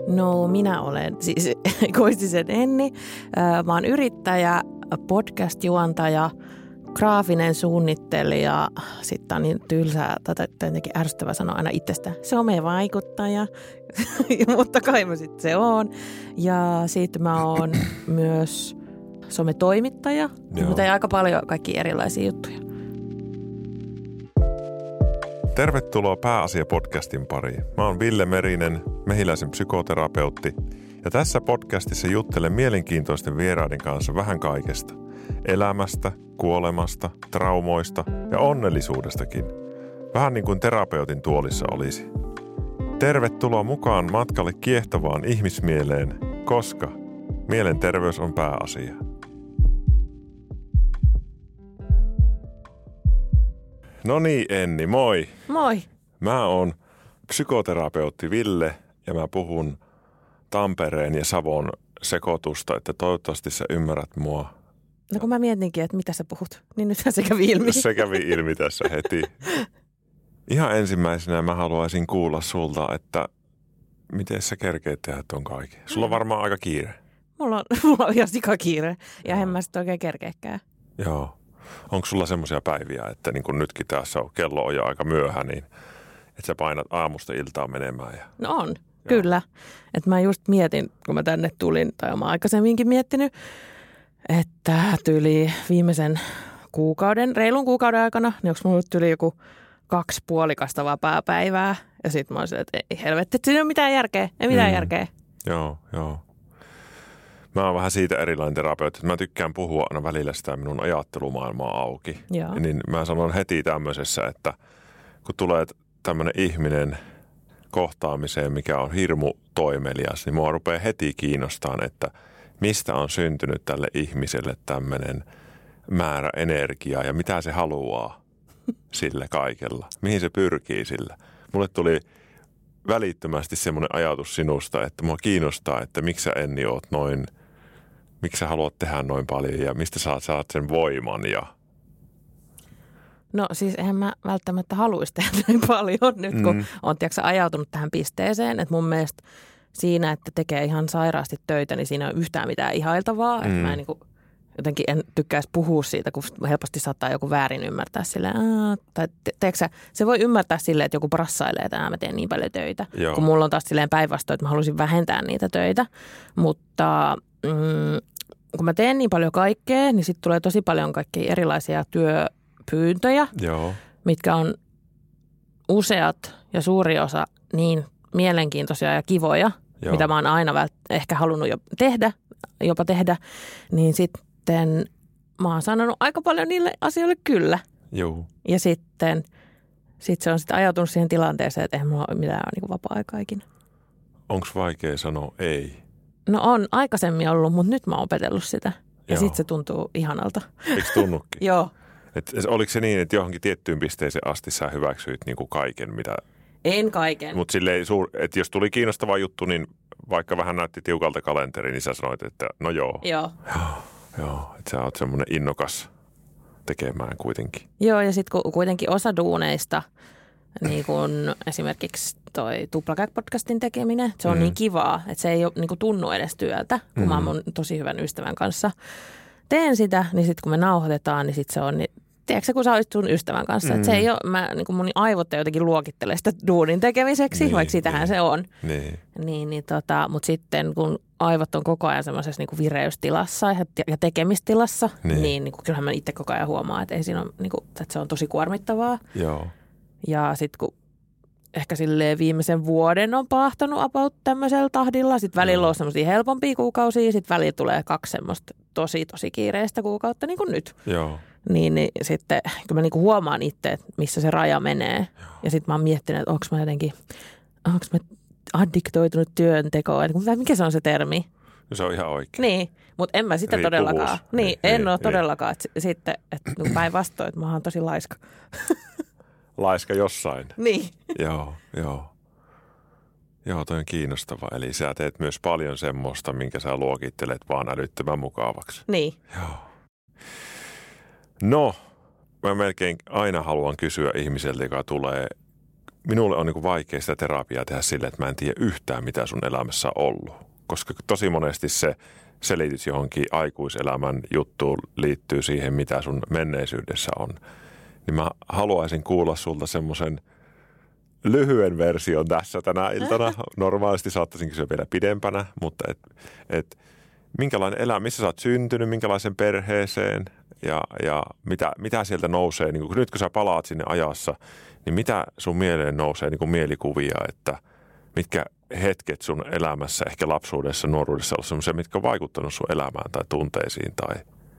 No minä olen siis Koistisen Enni. Mä oon yrittäjä, podcast-juontaja, graafinen suunnittelija. Sitten on niin tylsää, tai jotenkin ärsyttävää sanoa aina itsestä. Somevaikuttaja, mutta kai mä sitten se oon. Ja sitten mä oon myös sometoimittaja, mutta ei aika paljon kaikkia erilaisia juttuja. Tervetuloa Pääasia-podcastin pariin. Mä oon Ville Merinen, mehiläisen psykoterapeutti, ja tässä podcastissa juttelen mielenkiintoisten vieraiden kanssa vähän kaikesta. Elämästä, kuolemasta, traumoista ja onnellisuudestakin. Vähän niin kuin terapeutin tuolissa olisi. Tervetuloa mukaan matkalle kiehtovaan ihmismieleen, koska mielenterveys on pääasia. No niin, Enni, moi. Moi. Mä oon psykoterapeutti Ville ja mä puhun Tampereen ja Savon sekoitusta, että toivottavasti sä ymmärrät mua. No kun mä mietinkin, että mitä sä puhut, niin nythän se kävi ilmi. Se kävi ilmi tässä heti. Ihan ensimmäisenä mä haluaisin kuulla sulta, että miten sä kerkeet tehdä ton kaiken. Sulla on varmaan aika kiire. Mulla on ihan sikakiire ja en mä sit oikein kerkeekään. Joo. Onko sulla semmoisia päiviä, että niin kuin nytkin tässä on, kello on jo aika myöhä, niin että sä painat aamusta iltaan menemään? Ja... No on, kyllä. Että mä just mietin, kun mä tänne tulin, tai olen aikaisemminkin miettinyt, että tyyli viimeisen reilun kuukauden aikana, niin onko mulla tyyli joku 2 puolikasta vapaa-päivää. Ja sit mä olisin, että ei helvetti, että siinä ei ole mitään järkeä, ei mitään järkeä. Joo. Mä oon vähän siitä erilainen terapeutti, että mä tykkään puhua aina välillä sitä minun ajattelumaailmaa auki. Joo. Niin mä sanon heti tämmöisessä, että kun tulee tämmöinen ihminen kohtaamiseen, mikä on hirmu toimelias, niin mua rupeaa heti kiinnostamaan, että mistä on syntynyt tälle ihmiselle tämmöinen määrä energiaa ja mitä se haluaa sillä kaikella. Mihin se pyrkii sillä. Mulle tuli välittömästi semmoinen ajatus sinusta, että mua kiinnostaa, että miksi sä Enni oot noin, miksi sä haluat tehdä noin paljon ja mistä sä saat sen voiman ja... No siis eihän mä välttämättä haluaisi tehdä näin paljon nyt, kun on ajautunut tähän pisteeseen, että mun mielestä siinä, että tekee ihan sairaasti töitä, niin siinä ei ole yhtään mitään ihailtavaa, että mä jotenkin en tykkäisi puhua siitä, kun helposti saattaa joku väärin ymmärtää silleen, tai se voi ymmärtää silleen, että joku brassailee, että mä teen niin paljon töitä, kun mulla on taas silleen päinvastoin, että mä haluaisin vähentää niitä töitä, mutta kun mä teen niin paljon kaikkea, niin sitten tulee tosi paljon kaikkia erilaisia työpyyntöjä, mitkä on useat ja suuri osa niin mielenkiintoisia ja kivoja, mitä mä oon aina ehkä halunnut jopa tehdä, niin sitten mä oon sanonut aika paljon niille asioille kyllä. Joo. Ja sitten se on sitten ajautunut siihen tilanteeseen, että eihän mulla ole mitään niin vapaa-aikaa ikinä. Onko vaikea sanoa ei? No on aikaisemmin ollut, mutta nyt mä oon opetellut sitä. Ja sitten se tuntuu ihanalta. Eikö tunnukin? Joo. Oliko se niin, että johonkin tiettyyn pisteeseen asti sä hyväksyit niin kuin kaiken, mitä... En kaiken. Mutta silleen, että jos tuli kiinnostava juttu, niin vaikka vähän näytti tiukalta kalenteri, niin sä sanoit, että no joo. Joo, että sä oot semmoinen innokas tekemään kuitenkin. Joo, ja sitten kuitenkin osa duuneista, niin kuin esimerkiksi toi Tuplakäk-podcastin tekeminen, se on niin kivaa, että se ei ole niin kuin tunnu edes työltä, kun mä mun tosi hyvän ystävän kanssa teen sitä, niin sitten kun me nauhoitetaan, niin sitten se on... Tiedätkö kun sä olisit sun ystävän kanssa, että se ei ole, niin mun aivot jotenkin luokittelee sitä duunin tekemiseksi, vaikka sitähän se on. Mutta sitten kun aivot on koko ajan semmoisessa niin kuin vireystilassa ja tekemistilassa, niin kyllähän mä itse koko ajan huomaan, että, ei siinä ole, niin kuin, että se on tosi kuormittavaa. Joo. Ja sitten kun ehkä silleen viimeisen vuoden on paahtanut about tämmöisellä tahdilla, sitten välillä on semmoisia helpompia kuukausia, sitten välillä tulee 2 semmoista tosi kiireistä kuukautta, niin kuin nyt. Joo. Niin sitten kun mä niinku huomaan itse, että missä se raja menee. Joo. Ja sitten mä oon miettinyt, että onko mä addiktoitunut työntekoon. Mikä se on se termi? No se on ihan oikein. Niin, mutta en mä sitä todellakaan. En ole todellakaan. Sitten, että päinvastoin, että mä oon tosi laiska. Laiska jossain. Niin. Joo, toi on kiinnostava. Eli sä teet myös paljon semmoista, minkä sä luokittelet vaan älyttömän mukavaksi. Niin. Joo. No, mä melkein aina haluan kysyä ihmiseltä, joka tulee minulle on niin kuin vaikea sitä terapiaa tehdä sille, että mä en tiedä yhtään, mitä sun elämässä on ollut. Koska tosi monesti se selitys johonkin aikuiselämän juttuun liittyy siihen, mitä sun menneisyydessä on. Niin mä haluaisin kuulla sulta semmoisen lyhyen version tässä tänä iltana. Normaalisti saattaisin kysyä vielä pidempänä, mutta minkälainen elämä, missä sä oot syntynyt, minkälaisen perheeseen ja mitä sieltä nousee. Niin kun nyt kun sä palaat sinne ajassa, niin mitä sun mieleen nousee niin kuin mielikuvia, että mitkä hetket sun elämässä, ehkä lapsuudessa, nuoruudessa on semmoisia, mitkä on vaikuttanut sun elämään tai tunteisiin tai...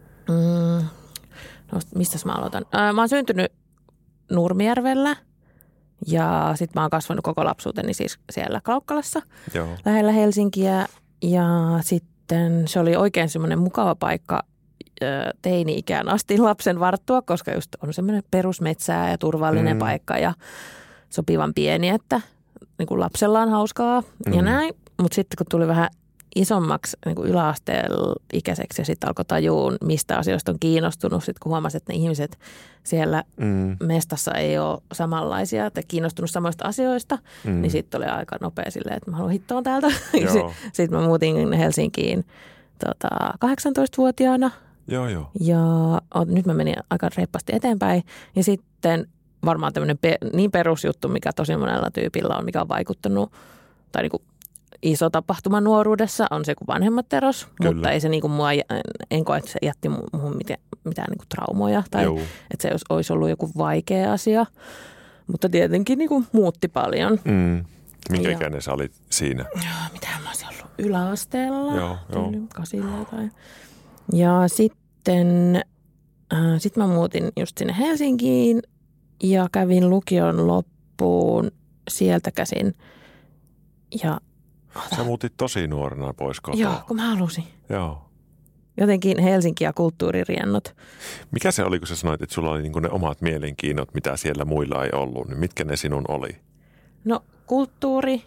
No mistäs mä aloitan? Mä oon syntynyt Nurmijärvellä ja sit mä oon kasvanut koko lapsuuteni siis siellä Klaukkalassa, Joo. lähellä Helsinkiä ja sitten se oli oikein semmoinen mukava paikka teini-ikään asti lapsen varttua, koska just on semmoinen perusmetsää ja turvallinen paikka ja sopivan pieni, että niin kuin lapsella on hauskaa ja näin. Mutta sitten kun tuli vähän isommaksi niin kuin yläasteella ikäiseksi ja sitten alkoi tajuun, mistä asioista on kiinnostunut. Sitten kun huomasi, että ne ihmiset siellä mestassa ei ole samanlaisia tai kiinnostunut samoista asioista, niin sitten oli aika nopea silleen, että mä haluan hittoa täältä. Sitten mä muutin Helsinkiin 18-vuotiaana. Joo. Ja nyt mä menin aika reippaasti eteenpäin ja sitten varmaan tämmöinen niin perusjuttu, mikä tosi monella tyypillä on, mikä on vaikuttanut tai niin kuin iso tapahtuma nuoruudessa on se, kun vanhemmat eros, mutta ei se niin kuin mua, en koe, että se jätti muuhun mitään niin kuin traumoja tai että se olisi ollut joku vaikea asia, mutta tietenkin niin kuin muutti paljon. Minkä ikäinen sä olit siinä? Mitähän mä olisin ollut yläasteella, Joo. 8 jotain. Ja sitten mä muutin just sinne Helsinkiin ja kävin lukion loppuun sieltä käsin. Ja sä muutit tosi nuorena pois kotoa. Joo, kun mä halusin. Joo. Jotenkin Helsinki ja kulttuuririennot. Mikä se oli, kun sä sanoit, että sulla oli niin kuin ne omat mielenkiinnot, mitä siellä muilla ei ollut, niin mitkä ne sinun oli? No kulttuuri,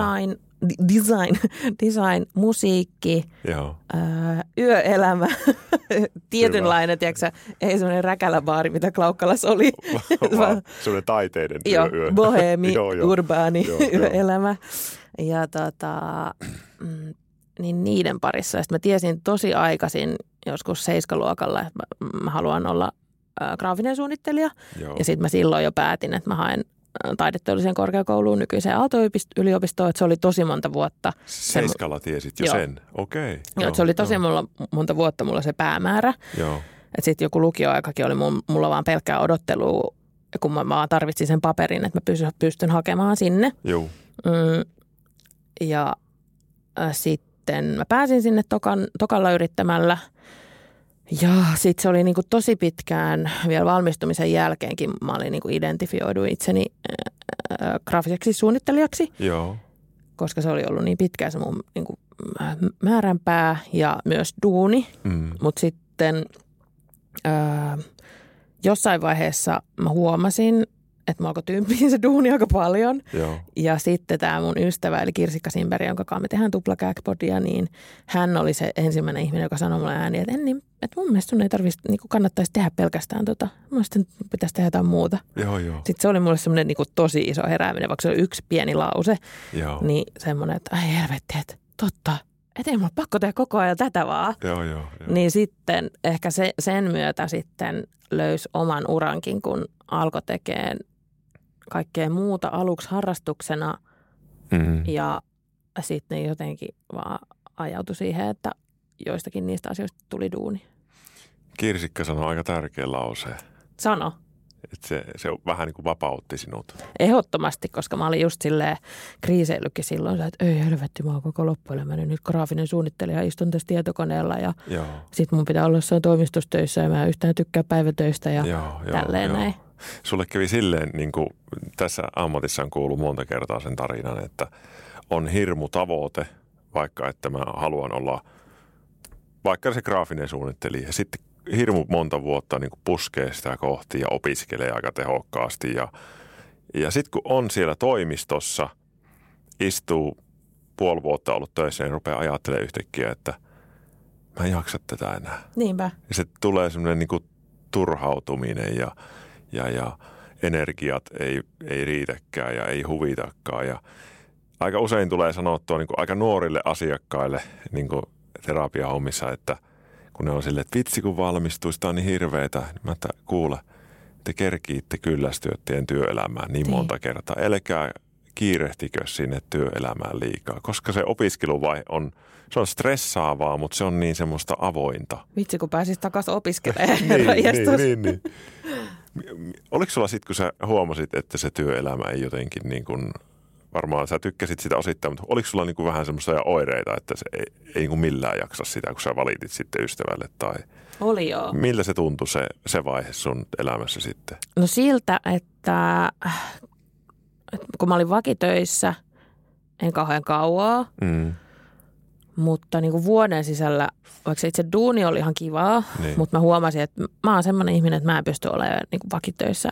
design, musiikki, yöelämä, tietynlainen, tiedätkö, ei semmoinen räkäläbaari, mitä Klaukkalassa oli. Semmoinen taiteiden yö. Bohemi, urbaani yöelämä. Ja niin niiden parissa. Ja sitten mä tiesin tosi aikaisin, joskus 7-luokalla, että mä haluan olla graafinen suunnittelija. Joo. Ja sitten mä silloin jo päätin, että mä haen taideteolliseen korkeakouluun, nykyiseen Aalto-yliopistoon, että se oli tosi monta vuotta. 7:lla tiesit jo sen? Okei. Joo, se oli tosi monta vuotta mulla se päämäärä. Joo. Että sitten joku lukioaikakin oli mulla vaan pelkkää odottelua, kun mä vaan tarvitsin sen paperin, että mä pystyn hakemaan sinne. Joo. Ja sitten mä pääsin sinne tokalla yrittämällä. Ja sitten se oli niinku tosi pitkään, vielä valmistumisen jälkeenkin mä olin niinku identifioidu itseni graafiseksi suunnittelijaksi. Joo. Koska se oli ollut niin pitkään se mun niinku määränpää ja myös duuni. Mutta sitten jossain vaiheessa mä huomasin, että mä alkoi tympiin se duuni aika paljon. Joo. Ja sitten tämä mun ystävä, eli Kirsikka Simberg, jonka kanssa me tehdään Tuplakääkpodia, niin hän oli se ensimmäinen ihminen, joka sanoi mulle ääni, että mun mielestä sun ei tarvitsisi, niin kannattaisi tehdä pelkästään mun mielestä pitäisi tehdä jotain muuta. Joo. Sitten se oli mulle semmoinen niin tosi iso herääminen, vaikka se oli yksi pieni lause. Joo. Niin semmoinen, että ai helvetti, että totta, että ei mulla pakko tehdä koko ajan tätä vaan. Joo. Niin sitten ehkä sen myötä sitten löysi oman urankin, kun alkoi tekemään kaikkea muuta aluksi harrastuksena ja sitten jotenkin vaan ajautui siihen, että joistakin niistä asioista tuli duuni. Kirsikka sanoi aika tärkeä lause. Sano. Että se vähän niin kuin vapautti sinut. Ehdottomasti, koska mä olin just silleen kriiseillytkin silloin, että ei helvetti, mä oon koko loppuelämäni nyt graafinen suunnittelija, istun tässä tietokoneella ja sitten mun pitää olla jossain toimistostöissä ja mä yhtään tykkää päivätöistä ja tälleen näin. Sulle kävi silleen, niin kuin tässä ammatissa on kuullut monta kertaa sen tarinan, että on hirmu tavoite, vaikka että mä haluan olla vaikka se graafinen suunnittelija. Sitten hirmu monta vuotta niin kuin puskee sitä kohti ja opiskelee aika tehokkaasti. Ja sitten kun on siellä toimistossa, istuu puoli vuotta ollut töissä, niin rupeaa ajattelemaan yhtäkkiä, että mä en jaksa tätä enää. Niinpä. Ja se tulee semmoinen niin kuin turhautuminen ja energiat ei riitäkään ja ei huvitakaan. Ja aika usein tulee sanottua niin kuin aika nuorille asiakkaille niin kuin terapiahommissa, että kun ne on silleen, että vitsi kun valmistuisi, tämä on niin hirveetä. Niin mä että kuule, te kerkiitte kyllästyä teidän työelämään niin monta kertaa. Älkää kiirehtikö sinne työelämään liikaa, koska se opiskeluvaihe se on stressaavaa, mutta se on niin semmoista avointa. Vitsi, kun pääsis takaisin opiskelemaan. niin. Oliko sulla sitten, kun sä huomasit, että se työelämä ei jotenkin niin kuin, varmaan sä tykkäsit sitä osittain, mutta oliko sulla niin kuin vähän semmoisia oireita, että se ei niin kuin millään jaksa sitä, kun sä valitit sitten ystävälle tai... Oli joo. Miltä se tuntui se vaihe sun elämässä sitten? No siltä, että kun mä olin vakitöissä, en kauhean kauaa, mutta niin kuin vuoden sisällä, vaikka se itse duuni oli ihan kivaa, niin. Mutta mä huomasin, että mä oon semmoinen ihminen, että mä en pysty olemaan niin kuin vakitöissä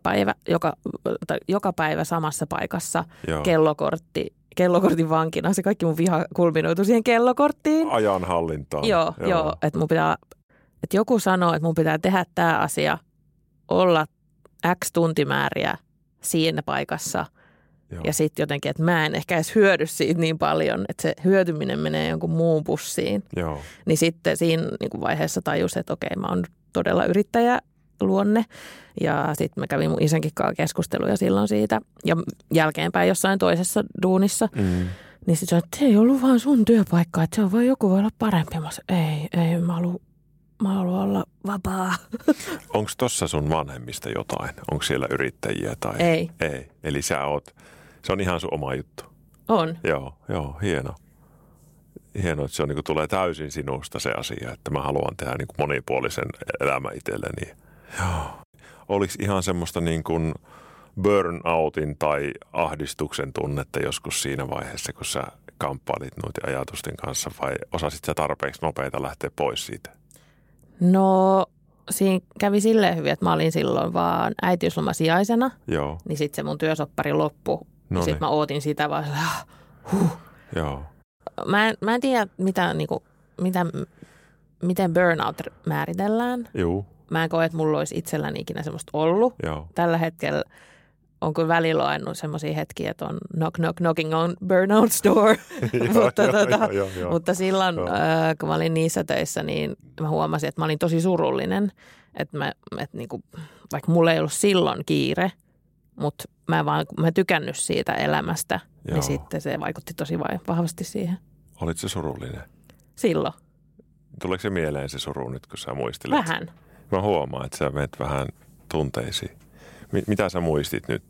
joka päivä samassa paikassa. Joo. Kellokortin vankina. Se kaikki mun viha kulminoitu siihen kellokorttiin. Ajanhallintaan. Joo, että mun pitää, että joku sanoo, että mun pitää tehdä tämä asia, olla X tuntimääriä siinä paikassa. Joo. Ja sitten jotenkin, että mä en ehkä edes hyödy siitä niin paljon, että se hyötyminen menee jonkun muun pussiin. Joo. Niin sitten siinä niin kuin vaiheessa tajus, että okei, mä oon todella yrittäjäluonne. Ja sitten mä kävin mun isänkin kanssa keskusteluja silloin siitä. Ja jälkeenpäin jossain toisessa duunissa. Niin sitten sanoin, että se ei ollut vaan sun työpaikka, että se on vaan joku voi olla parempi. Mä sanoin, ei, mä haluan olla vapaa. Onko tossa sun vanhemmista jotain? Onko siellä yrittäjiä tai? Ei. Eli se on ihan sun oma juttu. On. Joo, hieno. Hieno, että se on, niin kuin, tulee täysin sinusta se asia, että mä haluan tehdä niin kuin monipuolisen elämän itselleni. Joo. Oliko ihan semmoista niin kuin burnoutin tai ahdistuksen tunnetta joskus siinä vaiheessa, kun sä kamppailit noiden ajatusten kanssa vai osasit sä tarpeeksi nopeita lähteä pois siitä? No siinä kävi silleen hyvin, että mä olin silloin vaan äitiyslomasijaisena. Joo. Niin sitten se mun työsoppari loppui. Ja sitten mä ootin sitä vaan, Joo. Mä en tiedä, miten burnout määritellään. Joo. Mä en koe, että mulla olisi itselläni ikinä semmoista ollut. Joo. Tällä hetkellä on kyllä välillä aina semmoisia hetkiä, että on knocking on burnout's door. Mutta silloin, kun mä olin niissä töissä, niin mä huomasin, että mä olin tosi surullinen. Että vaikka mulla ei ollut silloin kiire, mutta mä tykännyt siitä elämästä, niin sitten se vaikutti tosi vahvasti siihen. Olitko se surullinen? Silloin. Tuleeko se mieleen se suru nyt, kun sä muistelet? Vähän. Mä huomaan, että sä menet vähän tunteisiin. Mitä sä muistit nyt?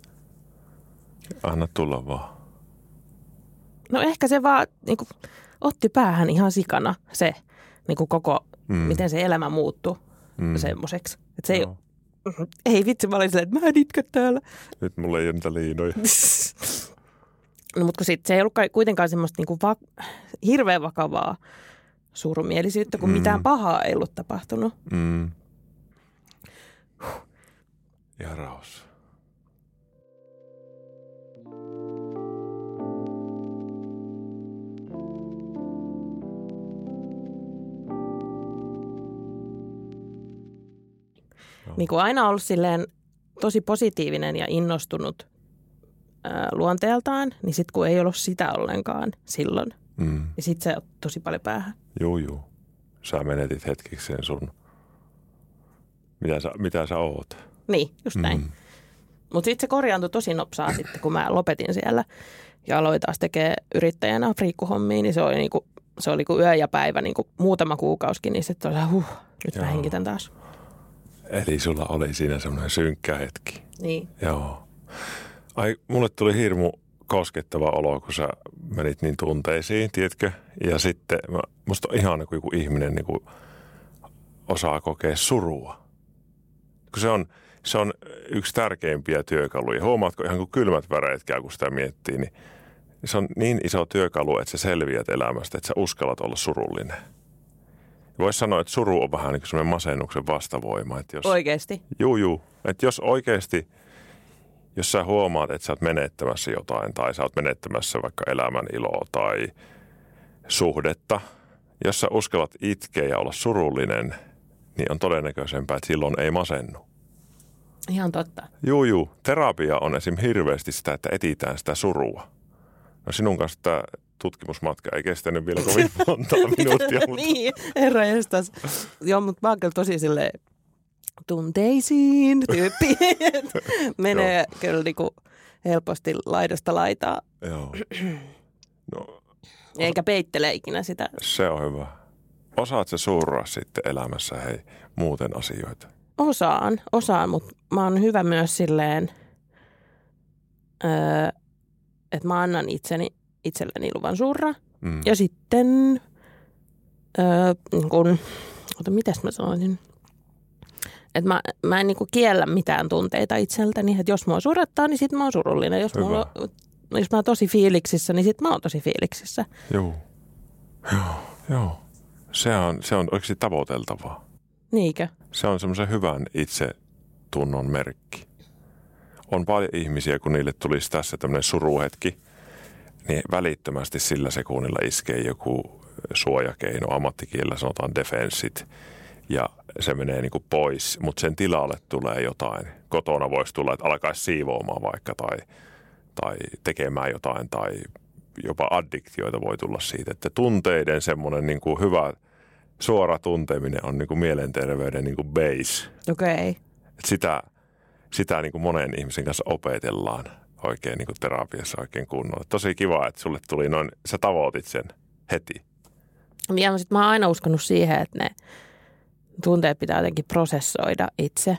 Anna tulla vaan. No ehkä se vaan niin kuin, otti päähän ihan sikana se niin kuin koko, miten se elämä muuttui semmoiseksi. Että se ei vitsi, mä olin silleen, että mä en itke täällä. Nyt mulla ei ole niitä liinoja. No mutta sitten se ei ollut kuitenkaan semmoista niin kuin hirveän vakavaa surumielisyyttä, kun mitään pahaa ei ollut tapahtunut. Ihan rauhassa. Niin kuin aina ollut silleen tosi positiivinen ja innostunut luonteeltaan, niin sitten kun ei ollut sitä ollenkaan silloin, niin sitten se on tosi paljon päähän. Joo. Sä menetit hetkikseen sun, mitä sä oot. Niin, just näin. Mutta sitten se korjaantui tosi nopsaa sitten, kun mä lopetin siellä ja aloin taas tekemään yrittäjänä friikkuhommia, niin se oli kuin yö ja päivä, niin kuin muutama kuukausikin, niin sitten oli nyt mä henkitän taas. Eli sulla oli siinä semmoinen synkkä hetki. Niin. Joo. Mulle tuli hirmu koskettava olo, kun sä menit niin tunteisiin, tiedätkö? Ja sitten musta on ihana, kun joku ihminen niin kuin osaa kokea surua. Kun se on yksi tärkeimpiä työkaluja. Huomaatko ihan kuin kylmät väreet käy, kun sitä miettii, niin se on niin iso työkalu, että sä selviät elämästä, että sä uskallat olla surullinen. Voisi sanoa, että suru on vähän niin kuin semmoinen masennuksen vastavoima. Että jos, oikeasti? Juu. Että jos oikeasti, jos sä huomaat, että sä oot menettämässä jotain tai sä oot menettämässä vaikka elämän iloa tai suhdetta, jos sä uskallat itkeä ja olla surullinen, niin on todennäköisempää, että silloin ei masennu. Ihan totta. Juu. Terapia on esim. Hirveästi sitä, että etsitään sitä surua. No sinun kanssa tämä tutkimusmatka ei kestänyt vielä kovin monta minuuttia. Mutta... Niin, herra jestas. Joo, mutta mä oon kyllä tosi silleen tunteisiin tyyppi. Menee kyllä niinku helposti laidasta laitaa. Joo. No, eikä peittele ikinä sitä. Se on hyvä. Osaat sä surraa sitten elämässä muuten asioita? Osaan, mutta mä oon hyvä myös silleen, että mä annan itselleni luvan surra. Ja sitten, mitäs mä sanoisin, että mä en niinku kiellä mitään tunteita itseltäni, että jos mua surattaa, niin sit mä oon surullinen. Jos mä oon tosi fiiliksissä, niin sit mä oon tosi fiiliksissä. Joo. Se on oikeasti tavoiteltavaa. Niinkö? Se on semmoisen hyvän itsetunnon merkki. On paljon ihmisiä, kun niille tulisi tässä tämmöinen suruhetki, niin välittömästi sillä sekunnilla iskee joku suojakeino, ammattikielellä sanotaan defenssit, ja se menee niin kuin pois, mutta sen tilalle tulee jotain. Kotona voisi tulla, että alkaisi siivoamaan vaikka tai tekemään jotain tai jopa addiktioita voi tulla siitä, että tunteiden semmoinen niin kuin hyvä suora tunteminen on niin kuin mielenterveyden niin kuin base. Okei. Sitä niin kuin monen ihmisen kanssa opetellaan oikein niin kuin terapiassa oikein kunnolla. Tosi kiva, että sulle tuli noin, sä tavoitit sen heti. Ja sit mä oon aina uskonut siihen, että ne tunteet pitää jotenkin prosessoida itse.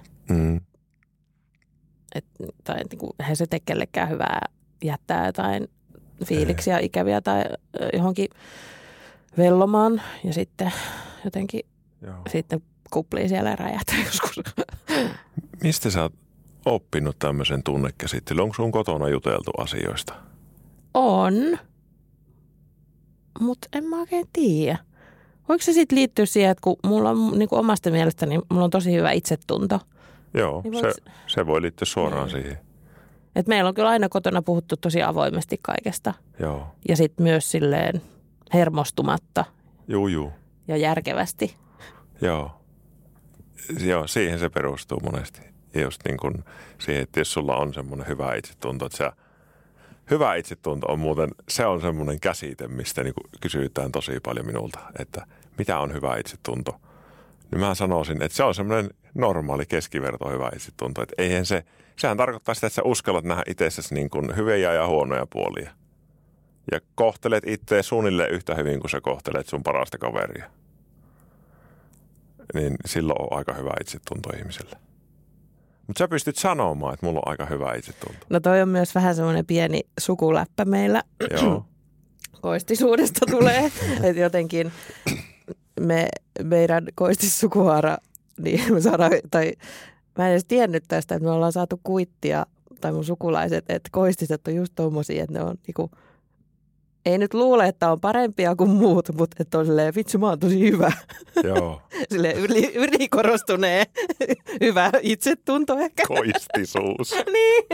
Tai niin kuin, eihän se tee kellekään hyvää jättää jotain fiiliksiä ikäviä tai johonkin vellomaan ja sitten jotenkin sitten kuplii siellä ja räjähtää joskus. Mistä sä oot oppinut tämmöisen tunnekäsittelyn? Onko sun kotona juteltu asioista? On, mutta en mä oikein tiedä. Voiko se sitten liittyä siihen, että kun mulla on niin kuin omasta mielestäni, mulla on tosi hyvä itsetunto. Joo, niin se voi liittyä suoraan siihen. Et meillä on kyllä aina kotona puhuttu tosi avoimesti kaikesta. Joo. Ja sitten myös silleen hermostumatta. Juu. Ja järkevästi. Joo, siihen se perustuu monesti. Ja just niin kuin siihen, että jos sulla on semmoinen hyvä itsetunto, että hyvä itsetunto on muuten, se on semmoinen käsite, mistä niin kuin kysytään tosi paljon minulta, että mitä on hyvä itsetunto. Niin mä sanoisin, että se on semmoinen normaali keskiverto hyvä itsetunto. Että eihän sehän tarkoittaa sitä, että sä uskallat nähdä itsessäsi niin kuin hyviä ja huonoja puolia. Ja kohtelet itseä suunnilleen yhtä hyvin kuin sä kohtelet sun parasta kaveria. Niin silloin on aika hyvä itsetunto ihmiselle. Mutta sä pystyt sanomaan, että mulla on aika hyvä itsetunto. No toi on myös vähän semmoinen pieni sukuläppä meillä. Joo. Koistisuudesta tulee. Että jotenkin meidän koistissukuhaara, niin me saadaan, tai mä en edes tiennyt tästä, että me ollaan saatu kuittia, tai mun sukulaiset, että koistiset on just tommosia, että ne on niinku, ei nyt luule, että on parempia kuin muut, mutta että on silleen, vitsi, mä oon tosi hyvä. Joo. Silleen ylikorostuneen hyvä itsetunto ehkä. Koistisuus. Niin.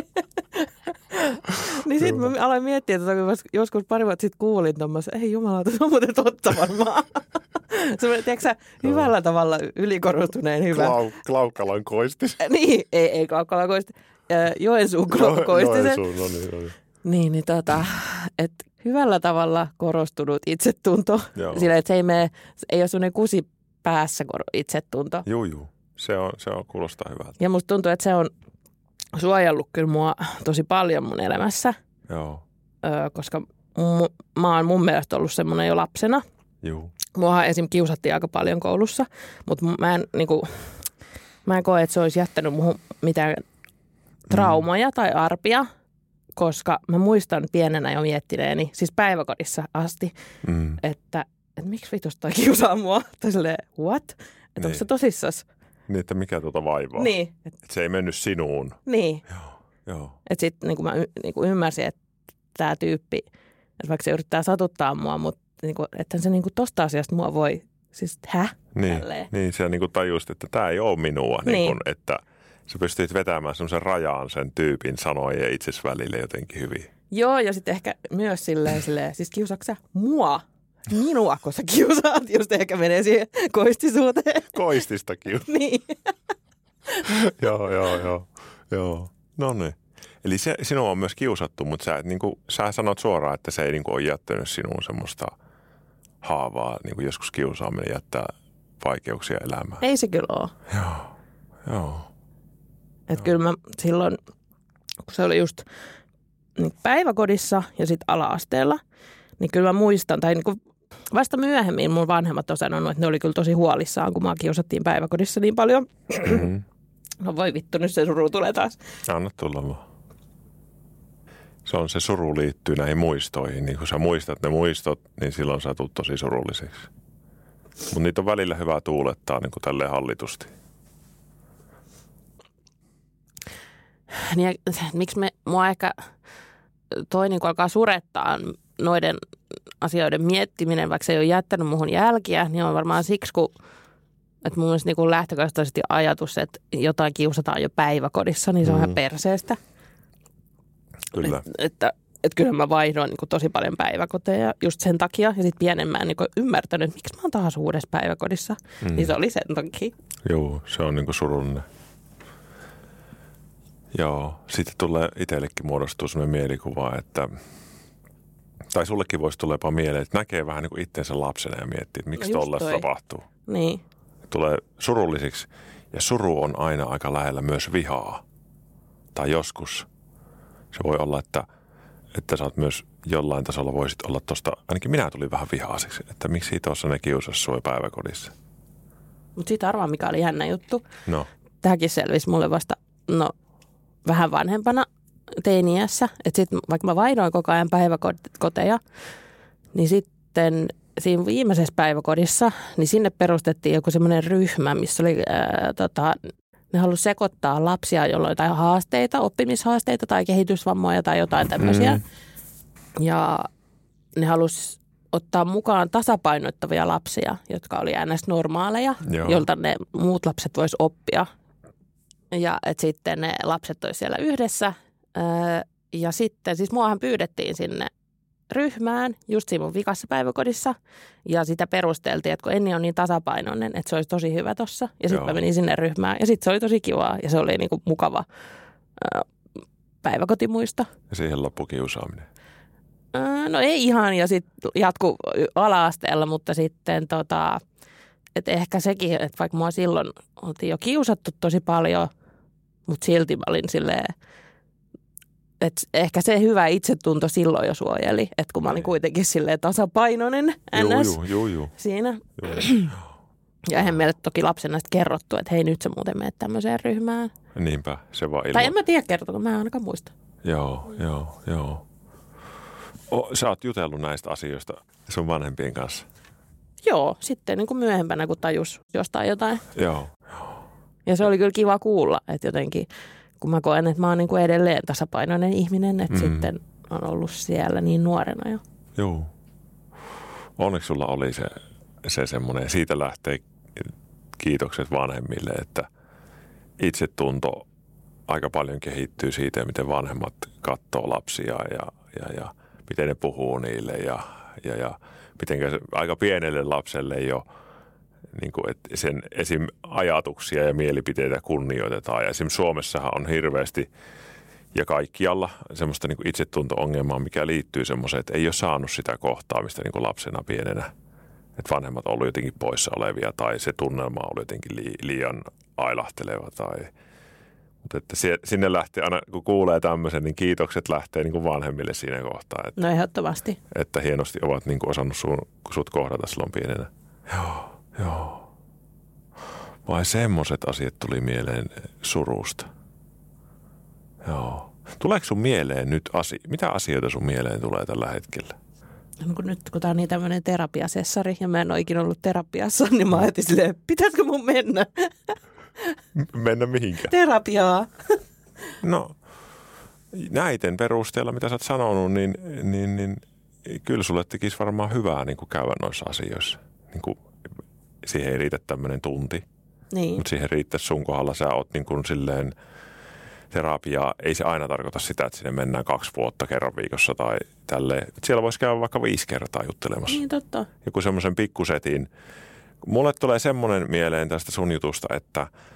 Niin sitten mä aloin miettiä, että joskus pari vuotta sitten kuulin tuommoista, ei jumalauta, se on muuten totta varmaan. Semmoinen, tiedätkö sä, hyvällä tavalla ylikorostuneen hyvä. Klaukkalan koistis. Niin, ei Klaukkalan koistis. Joensuun koistisen. Joensuun, no niin. Että hyvällä tavalla korostunut itsetunto. Sillä, että se ei ole semmoinen kusi päässä itsetunto. Juu. Se on kuulostaa hyvältä. Ja musta tuntuu, että se on suojellut kyllä mua tosi paljon mun elämässä. Joo. Koska mä oon mun mielestä ollut semmoinen jo lapsena. Juu. Muahan esim. Kiusattiin aika paljon koulussa, mutta mä en koe, että se olisi jättänyt muhun mitään traumaja tai arpia, koska mä muistan pienenä jo miettineeni, siis päiväkodissa asti, että miksi vitusta toi kiusaa mua? Tai silleen, what? Että onko se tosissas? Niin, että mikä tuota vaivaa? Niin. Että se ei mennyt sinuun. Niin. Joo. Että sitten niin mä ymmärsin, että tämä tyyppi, että vaikka se yrittää satuttaa mua, mutta että se tosta asiasta mua voi, siis Niin, se tajusit, että tämä ei ole minua, että sä pystyt vetämään semmoisen rajaan sen tyypin sanojen ja itses välille jotenkin hyvin. Joo, ja sitten ehkä myös silleen, siis kiusaatko sä minua, kun sä kiusaat, just ehkä menee siihen koistisuuteen. Koistista kiusaat. Niin. Joo. No niin. Eli sinua on myös kiusattu, mutta sä sanot suoraan, että se ei ole jättänyt sinuun semmoista haavaa, niin kuin joskus kiusaaminen jättää vaikeuksia elämään. Ei se kyllä ole. Joo. Että kyllä mä silloin, kun se oli just niin päiväkodissa ja sitten ala-asteella, niin kyllä mä muistan, tai niin kuin vasta myöhemmin mun vanhemmat on sanonut, että ne oli kyllä tosi huolissaan, kun mä kiusattiin päiväkodissa niin paljon. Mm-hmm. No voi vittu, nyt se suru tulee taas. Anna tulla vaan. Se suru liittyy näihin muistoihin. Niin kun sä muistat ne muistot, niin silloin sä tulet tosi surulliseksi. Mutta niitä on välillä hyvä tuulettaa niin kuin tälleen hallitusti. Niin, miksi mua ehkä toi niin alkaa surettaa noiden asioiden miettiminen, vaikka se ei ole jättänyt muuhun jälkiä, niin on varmaan siksi, että mun mielestä niin lähtökohtaisesti ajatus, että jotain kiusataan jo päiväkodissa, niin se on ihan perseestä. Kyllä. Että kyllä mä vaihdoin niin tosi paljon päiväkoteja just sen takia. Ja sitten pienemmän niin ymmärtänyt, että miksi mä oon taas uudessa päiväkodissa. Niin se oli sen takia. Joo, se on niin surullinen. Joo, sitten tulee itsellekin muodostuu sellainen mielikuva, että tai sullekin voisi tulla jopa mieleen, että näkee vähän niin kuin itsensä lapsena ja miettii, että miksi tollaista tapahtuu. Niin. Tulee surullisiksi ja suru on aina aika lähellä myös vihaa. Tai joskus se voi olla, että sä oot myös jollain tasolla voisit olla tosta, ainakin minä tulin vähän vihaiseksi, että miksi tuossa ne kiusasi sua päiväkodissa. Mutta siitä arvaa, mikä oli jännä juttu. No. Tämäkin selvisi mulle vasta, vähän vanhempana teiniässä. Että sitten vaikka mä vaihdoin koko ajan päiväkoteja, niin sitten siinä viimeisessä päiväkodissa, niin sinne perustettiin joku semmoinen ryhmä, missä oli, ne halusi sekoittaa lapsia, joilla on jotain haasteita, oppimishaasteita tai kehitysvammoja tai jotain tämmöisiä. Ja ne halusi ottaa mukaan tasapainoittavia lapsia, jotka oli NS-normaaleja, jolta ne muut lapset vois oppia. Ja että sitten ne lapset olisi siellä yhdessä. Ja sitten, siis muahan pyydettiin sinne ryhmään just siinä mun vikassa päiväkodissa. Ja sitä perusteltiin, että kun Enni on niin tasapainoinen, että se olisi tosi hyvä tossa. Ja sitten mä menin sinne ryhmään ja sitten se oli tosi kivaa ja se oli niinku mukava päiväkotimuisto. Ja siihen loppui kiusaaminen? No ei ihan ja sitten jatku ala-asteella, mutta sitten että ehkä sekin, että vaikka mua silloin oltiin jo kiusattu tosi paljon, mutta silti mä olin silleen, että ehkä se hyvä itsetunto silloin jo suojeli, että kun mä olin kuitenkin silleen tasapainoinen ns. Joo. Siinä. Ja eihän meille toki lapsena sitten kerrottu, että hei nyt sä muuten menet tämmöiseen ryhmään. Niinpä, se vaan Tai en mä tiedä kertoa, mä en ainakaan muista. Joo. Sä oot jutellut näistä asioista sun vanhempien kanssa? Joo, sitten niin kuin myöhempänä, kun tajus jostain jotain. Joo. Ja se oli kyllä kiva kuulla, että jotenkin, kun mä koen, että mä oon niin kuin edelleen tasapainoinen ihminen, että sitten on ollut siellä niin nuorena jo. Joo. Onneksi sulla oli se semmoinen, ja siitä lähtee kiitokset vanhemmille, että itsetunto aika paljon kehittyy siitä, miten vanhemmat katsoo lapsia ja miten ne puhuu niille ja miten aika pienelle lapselle jo niin kuin, että sen esim. Ajatuksia ja mielipiteitä kunnioitetaan. Ja esim. Suomessahan on hirveästi ja kaikkialla semmoista niin kuin itsetunto-ongelmaa, mikä liittyy semmoiseen, että ei ole saanut sitä kohtaamista niin kuin lapsena pienenä. Että vanhemmat on ollut jotenkin poissa olevia tai se tunnelma on ollut jotenkin liian ailahteleva. Mutta että sinne lähtee aina, kun kuulee tämmöisen, niin kiitokset lähtee niin kuin vanhemmille siinä kohtaa. Että, no ehdottomasti. Että hienosti ovat niin kuin osannut sut kohdata silloin pienenä. Joo. Vai semmoiset asiat tuli mieleen surusta? Joo. Tuleeko sun mieleen nyt mitä asioita sun mieleen tulee tällä hetkellä? No, nyt kun tää on niin tämmöinen terapiasessari ja mä en ole ikinä ollut terapiassa, niin mä ajattelin silleen, pitäisikö mun mennä? Mennä mihinkään? Terapiaa. No, näiden perusteella, mitä sä oot sanonut, niin kyllä sulle tekisi varmaan hyvää niin kuin käydä noissa asioissa. Niin kuin, siihen ei riitä tämmöinen tunti, niin. Mutta siihen riittäisi sun kohdalla. Sä oot niin kuin silleen, terapiaa ei se aina tarkoita sitä, että sinne mennään 2 vuotta kerran viikossa tai tälleen. Siellä voisi käydä vaikka 5 kertaa juttelemassa. Niin, totta. Joku semmoisen pikkusetin. Mulle tulee semmoinen mieleen tästä sun jutusta, että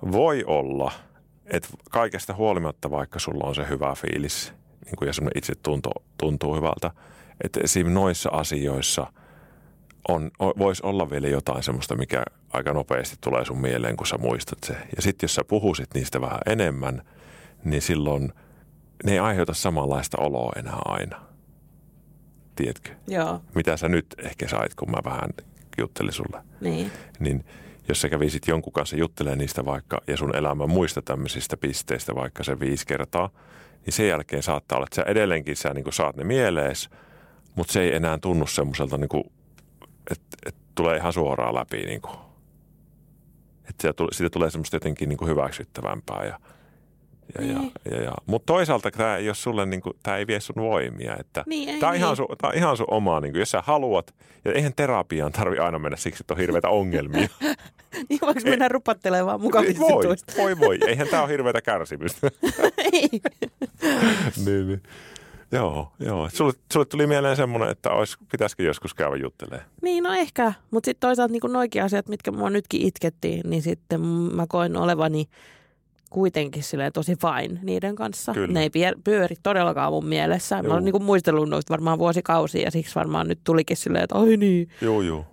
voi olla, että kaikesta huolimatta, vaikka sulla on se hyvä fiilis niin kuin ja semmoinen itse tuntuu hyvältä, että esimerkiksi noissa asioissa voisi olla vielä jotain semmoista, mikä aika nopeasti tulee sun mieleen, kun sä muistat se. Ja sitten jos sä puhuisit niistä vähän enemmän, niin silloin ne ei aiheuta samanlaista oloa enää aina. Tiedätkö? Joo. Mitä sä nyt ehkä sait, kun mä vähän juttelin sulle. Niin jos sä kävisit jonkun kanssa juttelemaan niistä vaikka ja sun elämän muista tämmöisistä pisteistä vaikka se 5 kertaa, niin sen jälkeen saattaa olla, että sä edelleenkin niin kuin saat ne mielees, mutta se ei enää tunnu semmoiselta, niin kuin, että tulee ihan suoraan läpi. Niin kuin. Että siitä tulee semmoista jotenkin niin kuin hyväksyttävämpää. Mutta toisaalta tämä ei ole sulle, niin kuin, tämä ei vie sun voimia. Että niin, tämä on ihan sun omaa, niin kuin, jos sä haluat. Ja eihän terapiaan tarvitse aina mennä siksi, että on hirveitä ongelmia. Niin voiko mennä rupattelemaan mukavasti tuosta? Voi. Eihän tämä ole hirveitä kärsimystä. Ei. niin. Joo. Sulle tuli mieleen semmoinen, että pitäisikö joskus käydä juttelemaan. Niin, no ehkä. Mutta sitten toisaalta niin noikin asiat, mitkä mua nytkin itkettiin, niin sitten mä koin olevani kuitenkin silleen tosi fine niiden kanssa. Kyllä. Ne ei pyöri todellakaan mun mielessä. Mä olen niin muistellut noista varmaan vuosikausia ja siksi varmaan nyt tulikin silleen, että ai niin. Joo.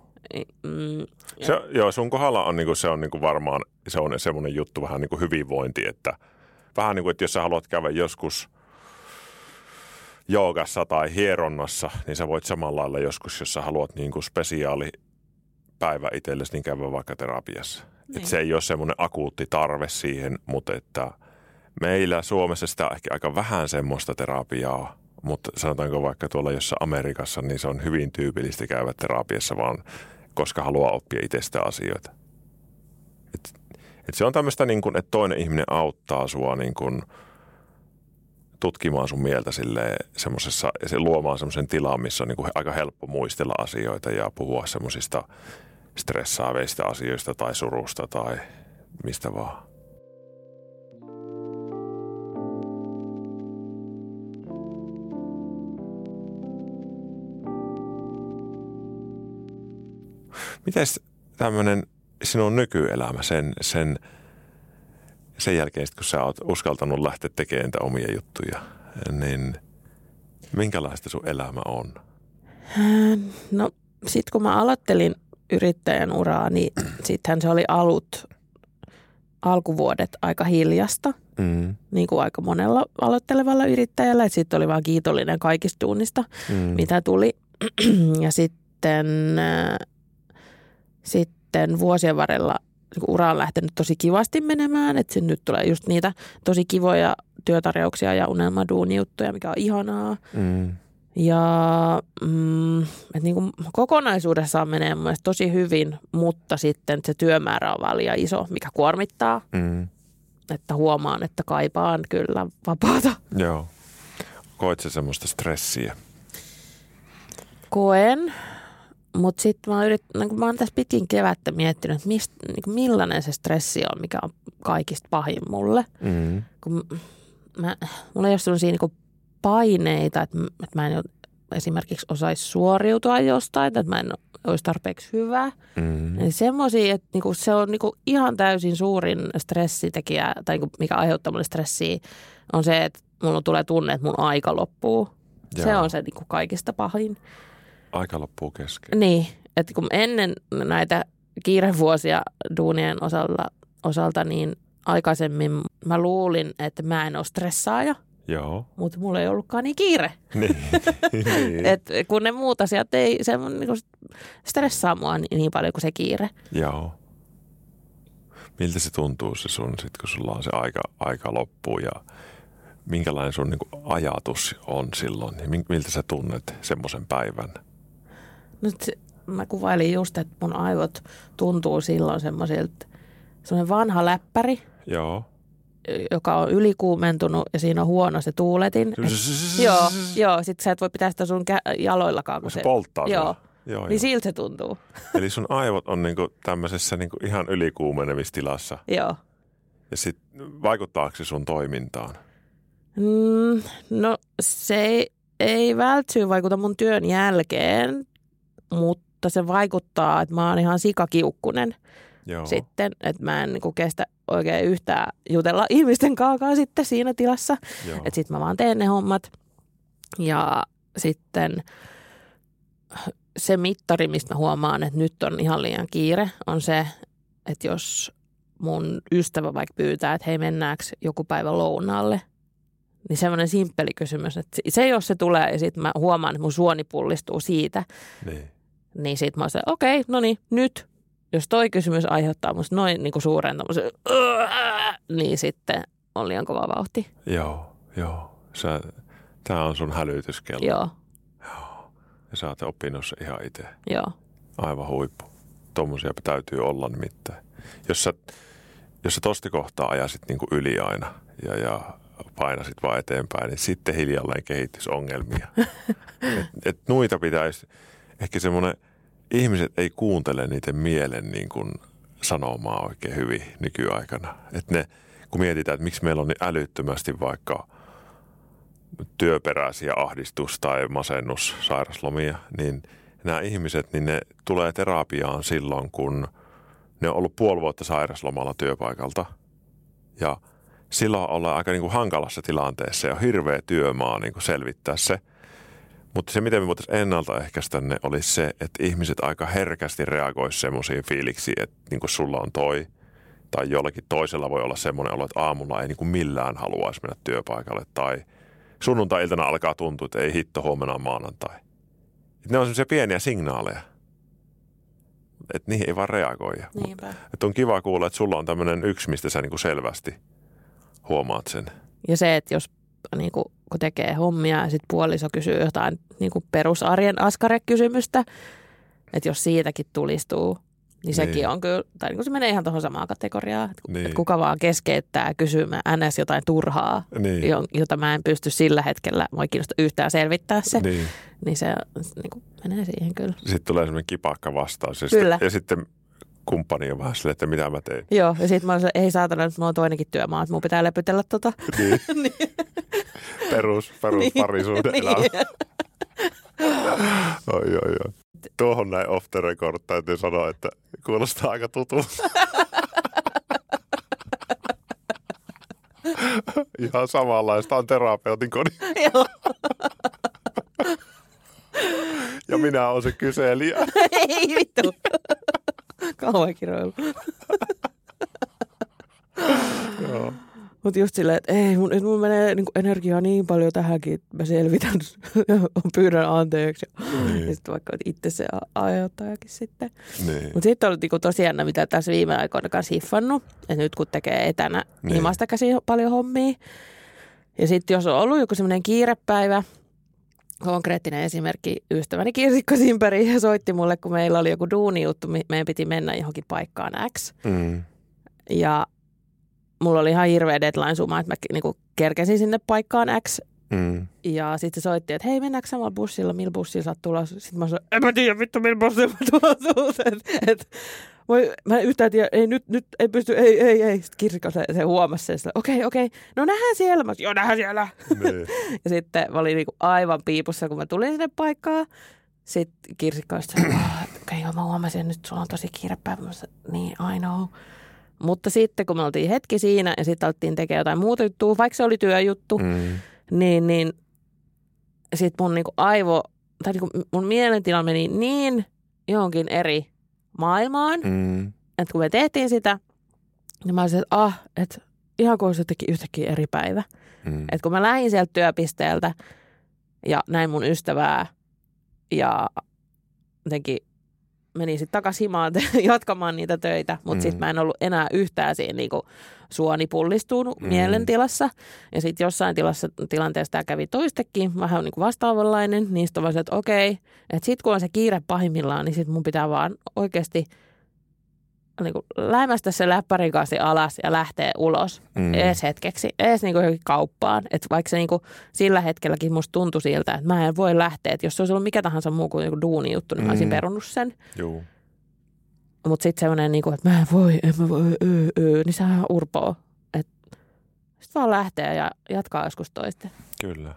Sun kohdalla on, se on varmaan se on semmoinen juttu vähän niin kuin hyvinvointi, että vähän niin kuin, että jos sä haluat käydä joskus joogassa tai hieronnassa, niin sä voit samalla lailla joskus, jos sä haluat niin kuin spesiaalipäivä itsellesi, niin käydä vaikka terapiassa. Niin. Että se ei ole semmoinen akuutti tarve siihen, mutta että meillä Suomessa sitä on ehkä aika vähän semmoista terapiaa, mutta sanotaanko vaikka tuolla jossain Amerikassa, niin se on hyvin tyypillistä käydä terapiassa vaan, koska haluaa oppia itsestä asioita. Et se on tämmöistä, niin kuin, että toinen ihminen auttaa sua niin kuin tutkimaan sun mieltä semmoisessa ja se luomaan semmoisen tilan, missä on niin kuin aika helppo muistella asioita ja puhua semmoisista stressaavista asioista tai surusta tai mistä vaan. Mites tämmöinen sinun nykyelämä sen jälkeen, kun sä oot uskaltanut lähteä tekemään omia juttuja, niin minkälaista sun elämä on? No sit kun mä aloittelin yrittäjän uraa, niin sittenhän se oli alkuvuodet aika hiljasta, niin kuin aika monella aloittelevalla yrittäjällä. Sitten oli vaan kiitollinen kaikista duunista, mitä tuli. Ja sitten vuosien varrella ura on lähtenyt tosi kivasti menemään, että nyt tulee just niitä tosi kivoja työtarjouksia ja unelmaduunijuttuja, mikä on ihanaa. Ja että niin kuin kokonaisuudessaan menee mun mielestä tosi hyvin, mutta sitten se työmäärä on vaan liian iso, mikä kuormittaa. Että huomaan, että kaipaan kyllä vapaata. Joo. Koet sä semmoista stressiä? Koen. Mutta sitten mä oon tässä pitkin kevättä miettinyt, että millainen se stressi on, mikä on kaikista pahin mulle. Kun mulla ei ole sellaisia niin paineita, että mä en esimerkiksi osaisi suoriutua jostain, että mä en olisi tarpeeksi hyvä. Eli semmoisia, että niinku se on niinku ihan täysin suurin stressitekijä, tai niinku mikä aiheuttaa mulle stressiä, on se, että mulla tulee tunne, että mun aika loppuu. Joo. Se on se niinku kaikista pahin. Aika loppuu kesken. Niin, että kun ennen näitä kiirevuosia duunien osalta, niin aikaisemmin mä luulin, että mä en ole stressaaja. Joo. Mutta mulla ei ollutkaan niin kiire. Niin. Et kun ne muut asiat ei niin stressaa mua niin paljon kuin se kiire. Joo. Miltä se tuntuu se sun, sit, kun sulla on se aika loppuu ja minkälainen sun niin ajatus on silloin? Miltä sä tunnet semmoisen päivän? No, mä kuvailin just, että mun aivot tuntuu silloin semmoisilta, semmoinen vanha läppäri. Joo. Joka on ylikuumentunut ja siinä on huono se tuuletin. Joo, sit sä et voi pitää sitä sun jaloillakaan. Kun se polttaa. Joo. Niin siltä se tuntuu. Eli sun aivot on niinku tämmöisessä niinku ihan ylikuumenevissa tilassa. Joo. Ja sit vaikuttaako se sun toimintaan? No se ei vältsyy vaikuta mun työn jälkeen, mutta se vaikuttaa, että mä oon ihan sikakiukkunen. sitten, että mä en niin kuin kestä oikein yhtään jutella ihmisten kaakaan sitten siinä tilassa. Että sitten mä vaan teen ne hommat. Ja sitten se mittari, mistä mä huomaan, että nyt on ihan liian kiire, on se, että jos mun ystävä vaikka pyytää, että hei mennäänkö joku päivä lounaalle, niin semmoinen simppeli kysymys, että se jos se tulee ja sitten mä huomaan, että mun suoni pullistuu siitä, niin sitten mä oon okei, no niin, nyt, jos toi kysymys aiheuttaa musta noin niin kuin suuren tommosen, niin sitten on liian kova vauhti. Joo. Tää on sun hälytyskello. Joo. Ja sä oot oppinut se ihan itse. Joo. Aivan huippu. Tommosia täytyy olla nimittäin. Jos sä tosta kohtaa ajasit niinku yli aina ja painasit vaan eteenpäin, niin sitten hiljalleen kehittyisi ongelmia. et noita pitäisi, ehkä semmoinen, ihmiset ei kuuntele niiden mielen niin kuin sanomaa oikein hyvin nykyaikana. Että ne, kun mietitään, että miksi meillä on niin älyttömästi vaikka työperäisiä ahdistus- tai masennussairaslomia, niin nämä ihmiset, niin ne tulee terapiaan silloin, kun ne on ollut puoli vuotta sairaslomalla työpaikalta. Ja silloin ollaan aika niin kuin hankalassa tilanteessa ja on hirveä työmaa niin kuin selvittää se. Mutta se, miten me voitaisiin ennaltaehkäistä ne, olisi se, että ihmiset aika herkästi reagoisivat semmoisiin fiiliksiin, että niin kuin sulla on toi, tai jollakin toisella voi olla semmoinen olo, että aamulla ei niin kuin millään haluaisi mennä työpaikalle, tai sunnuntai-iltana alkaa tuntua, että ei hitto, huomenna on maanantai. Et ne on semmoisia pieniä signaaleja, että niihin ei vaan reagoida. Että on kiva kuulla, että sulla on tämmöinen yksi, mistä sä niin kuin selvästi huomaat sen. Ja se, että jos niin kuin, kun tekee hommia ja sitten puoliso kysyy jotain niin kuin perusarjen askare-kysymystä, että jos siitäkin tulistuu, niin sekin on kyllä, tai niin kuin se menee ihan tuohon samaan kategoriaan, että kuka vaan keskeyttää kysymään ns. Jotain turhaa, jota mä en pysty sillä hetkellä, mua ei kiinnosta yhtään selvittää se, niin se niin kuin menee siihen kyllä. Sitten tulee semmoinen kipakka vastaus ja sitten kumppani on vähän silleen, että mitä mä tein. Joo, ja sitten mä olen ei saatana, että mulla on toinenkin työmaa, että mun pitää lepytellä tota. Niin. Perus parisuhde elämä. Oi. Tuohon näin off the record täytyy sanoa, että kuulostaa aika tutulta. Ihan samanlaista on terapeutin kodin. Joo. Ja minä olen se kyselijä. Ei vittu. Kauan kiroilu. Joo. Mutta just silleen, että ei, mun menee niinku energiaa niin paljon tähänkin, että mä selvitän, pyydän anteeksi. Ja sitten vaikka itse se aiheuttajakin sitten. Mutta sitten on niinku tosiaan, mitä tässä viime aikoina kanssa hiffannut, että nyt kun tekee etänä himasta käsin paljon hommia. Ja sitten jos on ollut joku semmoinen kiirepäivä, konkreettinen esimerkki, ystäväni Kirsikko Simperi soitti mulle, kun meillä oli joku duunijuttu, meidän piti mennä johonkin paikkaan X. Ja mulla oli ihan hirveä deadline-suma, että mä niinku kerkesin sinne paikkaan X. Ja sitten se soitti, että hei, mennäänkö samalla bussilla, millä bussilla sä oot tulossa? Sitten mä sanoin, en mä tiedä, vittu, millä bussilla mä tulossa. Mä en yhtään tiedä, ei nyt ei pysty, ei. Sitten Kirsikko se huomasi sen, okei, no nähdään siellä. Mä sanoin, joo, nähdään siellä. Ja sitten mä olin niinku aivan piipussa, kun mä tulin sinne paikkaan. Sitten Kirsikko sanoi, okei, mä huomasin, että nyt sulla on tosi kiire päivä. Mä sanoin, niin, I know. Mutta sitten kun me oltiin hetki siinä ja sitten alettiin tekemään jotain muuta juttua, vaikka se oli työjuttu, niin sitten mun niinku tai niinku mun mielentila meni niin johonkin eri maailmaan, että kun me tehtiin sitä, niin mä olisin, että ihan kuin se teki yhtäkkiä eri päivä. Että kun mä lähdin sieltä työpisteeltä ja näin mun ystävää ja jotenkin menin sitten takaisin himaan jatkamaan niitä töitä, mutta sitten mä en ollut enää yhtään siinä niinku suoni pullistunut mielentilassa. Ja sitten jossain tilanteessa tämä kävi toistekin, vähän niinku vastaavanlainen, niin sitten on että okei, että sitten kun on se kiire pahimmillaan, niin sitten mun pitää vaan oikeasti niinku läimästä se läppärin kanssa alas ja lähteä ulos edes hetkeksi, edes niinku johonkin kauppaan. Että vaikka se niinku sillä hetkelläkin musta tuntui siltä, että mä en voi lähteä. Että jos se olisi ollut mikä tahansa muu kuin niinku duunijuttu, niin mä olisin perunut sen. Mutta sitten semmoinen, niinku, että mä en voi, niin sehän on urpoa. Sitten vaan lähtee ja jatkaa joskus toisten. Kyllä.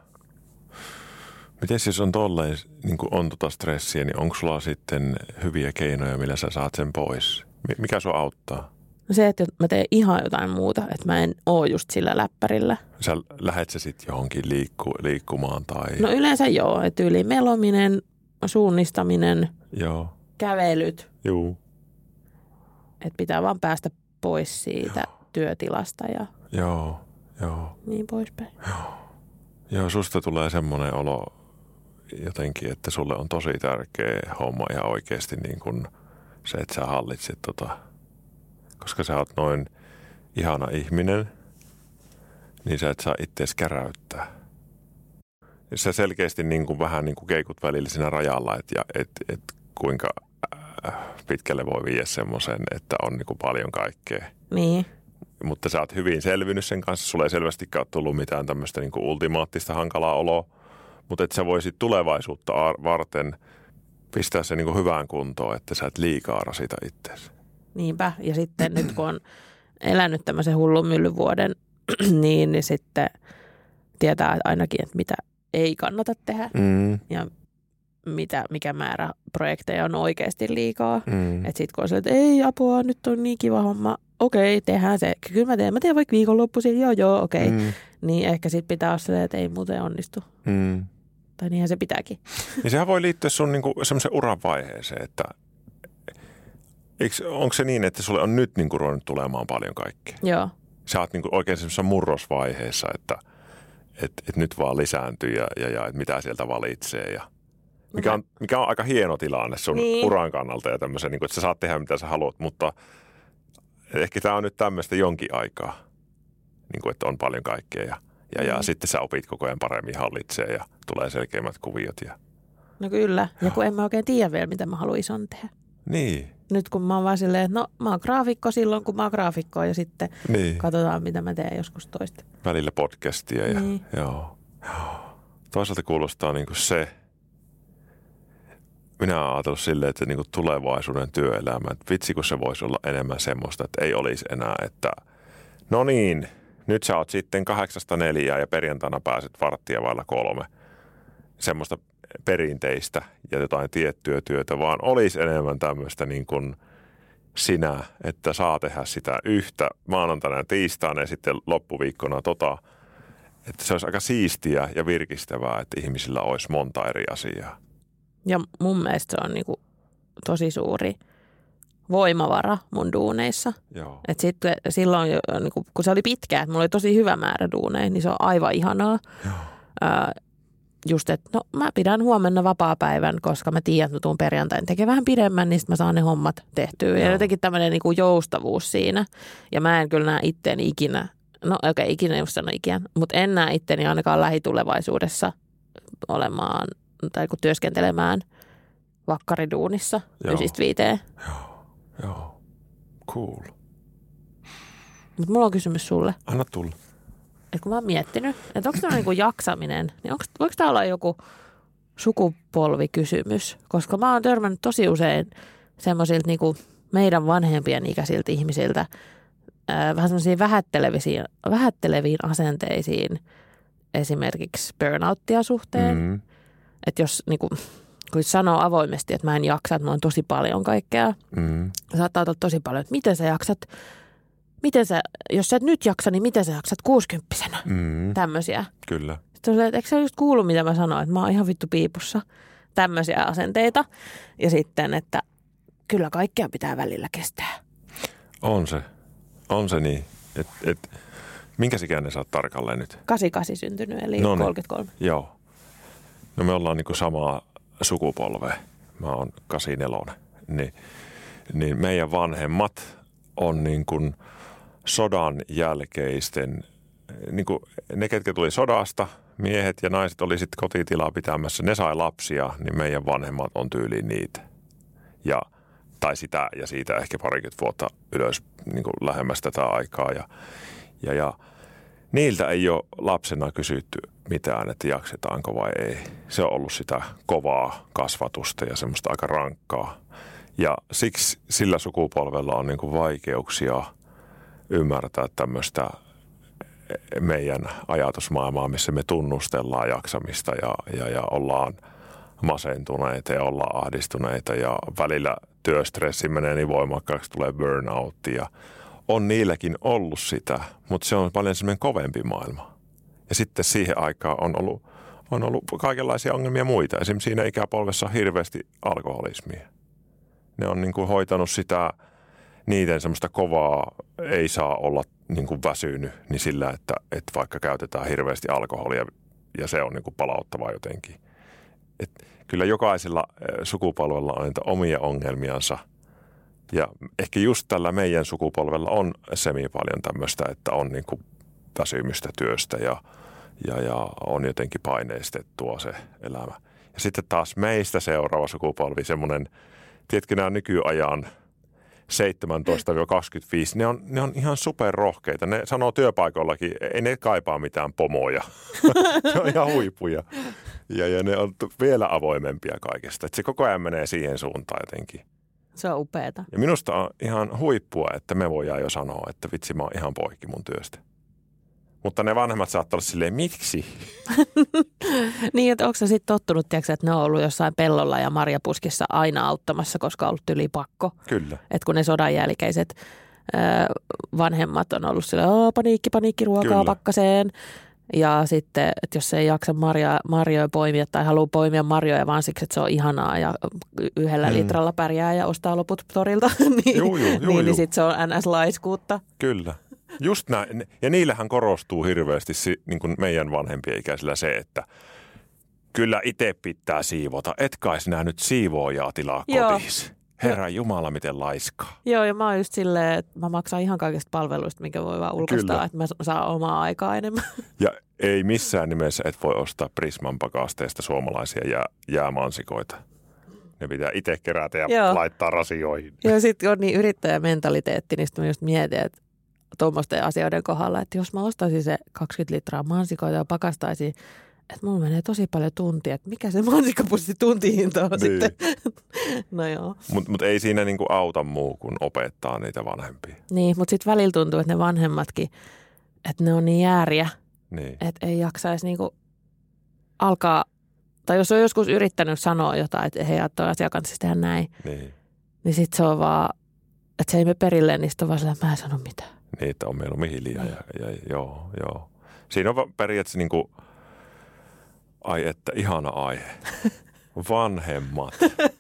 Miten siis on tolleen, niin kuin on stressiä, niin onko sulla sitten hyviä keinoja, millä sä saat sen pois? Mikä sua auttaa? No se, että mä teen ihan jotain muuta, että mä en oo just sillä läppärillä. Sä lähet sä sitten johonkin liikkumaan tai... No yleensä joo, että yli melominen, suunnistaminen, Joo. kävelyt. Juu. Että pitää vaan päästä pois siitä työtilasta ja Joo. niin poispäin. Joo, susta tulee semmoinen olo jotenkin, että sulle on tosi tärkeä homma ja oikeasti niin kuin se, että sä hallitset koska sä oot noin ihana ihminen, niin sä et saa ittees käräyttää. Sä selkeästi niin kuin vähän niin kuin keikut välillä siinä rajalla, että kuinka pitkälle voi viedä semmoisen, että on niin kuin paljon kaikkea. Niin. Mutta sä oot hyvin selvinnyt sen kanssa. Sulla ei selvästikään ole tullut mitään tämmöistä niin kuin ultimaattista hankalaa oloa. Mutta että sä voisit tulevaisuutta varten pistää se niin kuin hyvään kuntoon, että sä et liikaa rasita itseäsi. Niinpä. Ja sitten nyt kun on elänyt tämmöisen hullun myllyvuoden, niin sitten tietää ainakin, että mitä ei kannata tehdä. Ja mikä määrä projekteja on oikeasti liikaa. Että sitten kun on se, että ei apua, nyt on niin kiva homma. Okei, tehdään se. Kyllä mä teen vaikka viikonloppuisin. Joo, okei. Niin ehkä sitten pitää olla se, että ei muuten onnistu. Tai niinhän se pitääkin. Niin sehän voi liittyä sun niinku semmoisen uran vaiheeseen, että onko se niin, että sulle on nyt niinku ruvennut tulemaan paljon kaikkea? Joo. Sä oot niinku oikein semmoisessa murrosvaiheessa, että nyt vaan lisääntyy ja että mitä sieltä valitsee ja mikä on aika hieno tilanne sun uran kannalta ja tämmöisen, niin kuin, että sä saat tehdä mitä sä haluat, mutta ehkä tämä on nyt tämmöistä jonkin aikaa, niin kuin, että on paljon kaikkea ja sitten sä opit koko ajan paremmin hallitsee ja tulee selkeimmät kuviot. No kyllä, ja kun en mä oikein tiedä vielä, mitä mä haluan ison tehdä. Niin. Nyt kun mä oon vaan silleen, että no mä oon graafikko silloin, kun mä oon graafikko ja sitten katsotaan, mitä mä teen joskus toista. Välillä podcastia ja joo. Toisaalta kuulostaa niin kuin se, minä olen ajatellut silleen, että niin kuin tulevaisuuden työelämä, että vitsi kun se voisi olla enemmän semmoista, että ei olisi enää, että no niin, nyt sä oot sitten 8-4 ja perjantaina pääset 2:15. Semmoista perinteistä ja jotain tiettyä työtä, vaan olisi enemmän tämmöistä niin kuin sinä, että saa tehdä sitä yhtä maanantaina ja tiistaina ja sitten loppuviikkona että se olisi aika siistiä ja virkistävää, että ihmisillä olisi monta eri asiaa. Ja mun mielestä se on niinku tosi suuri voimavara mun duuneissa. Että sitten silloin, niinku, kun se oli pitkään, että mulla oli tosi hyvä määrä duuneja, niin se on aivan ihanaa. Just, että no mä pidän huomenna vapaapäivän, koska mä tiedän, että mä tuun perjantain tekemään vähän pidemmän, niin sitten mä saan ne hommat tehtyä. Ja jotenkin tämmöinen niinku joustavuus siinä. Ja mä en kyllä näe itteeni ikinä, ikinä just sano ikinä, mutta en näe itteni ainakaan lähitulevaisuudessa olemaan tai kun työskentelemään vakkariduunissa 9-5. Joo. Cool. Mutta mulla on kysymys sulle. Anna tulla. Et kun mä oon miettinyt, että onko tämä niinku jaksaminen, niin voiko tämä olla joku sukupolvikysymys? Koska mä oon törmännyt tosi usein semmoisilta niinku meidän vanhempien ikäisiltä ihmisiltä vähän semmoisiin vähätteleviin asenteisiin esimerkiksi burnouttia suhteen. Että jos niinku, kun sanoo avoimesti, että mä en jaksa, että mulla on tosi paljon kaikkea. Saattaa olla tosi paljon, että miten sä jaksat, jos sä et nyt jaksa, niin miten sä jaksat 60-vuotiaana? Tämmöisiä. Kyllä. Sitten on se, että eikö sä just kuulu, mitä mä sanoin, että mä oon ihan vittu piipussa. Tämmöisiä asenteita. Ja sitten, että kyllä kaikkea pitää välillä kestää. On se niin. Minkä ikäinen sä oot tarkalleen nyt? 88 syntynyt, eli 33. Joo. No me ollaan niinku samaa sukupolvea. Mä oon 84. Niin meidän vanhemmat on niin kuin sodan jälkeisten, niin kuin ne ketkä tuli sodasta, miehet ja naiset oli sitten kotitilaa pitämässä, ne sai lapsia, niin meidän vanhemmat on tyyliin niitä. Tai sitä ja siitä ehkä parikymmentä vuotta ylös niin kuin lähemmäs tätä aikaa ja niiltä ei ole lapsena kysytty mitään, että jaksetaanko vai ei. Se on ollut sitä kovaa kasvatusta ja semmoista aika rankkaa. Ja siksi sillä sukupolvella on niin kuin vaikeuksia ymmärtää tämmöistä meidän ajatusmaailmaa, missä me tunnustellaan jaksamista ja ollaan masentuneita ja ollaan ahdistuneita ja välillä työstressi menee niin voimakkaaksi, tulee burnout ja on niilläkin ollut sitä, mutta se on paljon semmoinen kovempi maailma. Ja sitten siihen aikaan on ollut kaikenlaisia ongelmia muita. Esimerkiksi siinä ikäpolvessa on hirveästi alkoholismia. Ne on niin kuin hoitanut sitä, niiden semmoista kovaa ei saa olla niin kuin väsynyt, niin sillä, että vaikka käytetään hirveästi alkoholia ja se on niin kuin palauttavaa jotenkin. Et kyllä jokaisella sukupolvella on niitä omia ongelmiansa. Ja ehkä just tällä meidän sukupolvella on paljon tämmöistä, että on niin kuin väsymystä työstä ja on jotenkin paineistettua se elämä. Ja sitten taas meistä seuraava sukupolvi, semmoinen, tiedätkö nämä nykyajan 17-25, ne on ihan superrohkeita. Ne sanoo työpaikollakin, ei ne kaipaa mitään pomoja. Ne on ihan huipuja. Ja ne on vielä avoimempia kaikesta. Et se koko ajan menee siihen suuntaan jotenkin. Se on upeata. Ja minusta on ihan huippua, että me voidaan jo sanoa, että vitsi mä oon ihan poikki mun työstä. Mutta ne vanhemmat saattaa olla silleen, miksi? Niin, että onko sä sitten tottunut, tiiäksä, että ne on ollut jossain pellolla ja marjapuskissa aina auttamassa, koska on ollut yli pakko. Kyllä. Että kun ne sodan jälkeiset vanhemmat on ollut silleen, paniikki, ruokaa Kyllä. pakkaseen. Ja sitten, että jos ei jaksa marjoja poimia tai haluaa poimia marjoja vaan siksi, että se on ihanaa ja 1 litralla pärjää ja ostaa loput torilta, niin sitten se on NS-laiskuutta. Kyllä. Just näin. Ja niillähän korostuu hirveästi niin kuin meidän vanhempien ikäisillä se, että kyllä itse pitää siivota. Et kai sinä nyt siivoojaa tilaa kotiin. Herran Jumala, miten laiskaa. Joo, ja mä oon just silleen, että mä maksan ihan kaikista palveluista, mikä voi vaan ulkoistaa, Kyllä. että mä saan omaa aikaa enemmän. Ja ei missään nimessä et voi ostaa Prisman pakasteesta suomalaisia jäämansikoita. Ne pitää itse kerätä ja laittaa rasioihin. Joo, sitten on niin yrittäjämentaliteetti, niin sitten mä just mietin, että tuommoisten asioiden kohdalla, että jos mä ostaisin se 20 litraa mansikoita ja pakastaisin, että mulla menee tosi paljon tuntia, että mikä se mansikkapussi tuntihinta on niin. sitten. No joo. Mut ei siinä niinku auta muu kuin opettaa niitä vanhempia. Niin, mutta sitten välillä tuntuu, että ne vanhemmatkin, että ne on niin jääriä, niin. että ei jaksaisi niinku alkaa, tai jos on joskus yrittänyt sanoa jotain, että hei, tuo asia kannattaisi tehdä näin, niin sitten se on vaan, että se ei mene perilleen, niin sitten on vaan sillä, että mä en sano mitään. Niin, että on mieluummin hiljaa ja joo. Siinä on periaatteessa niinku, ai että ihana aihe. Vanhemmat.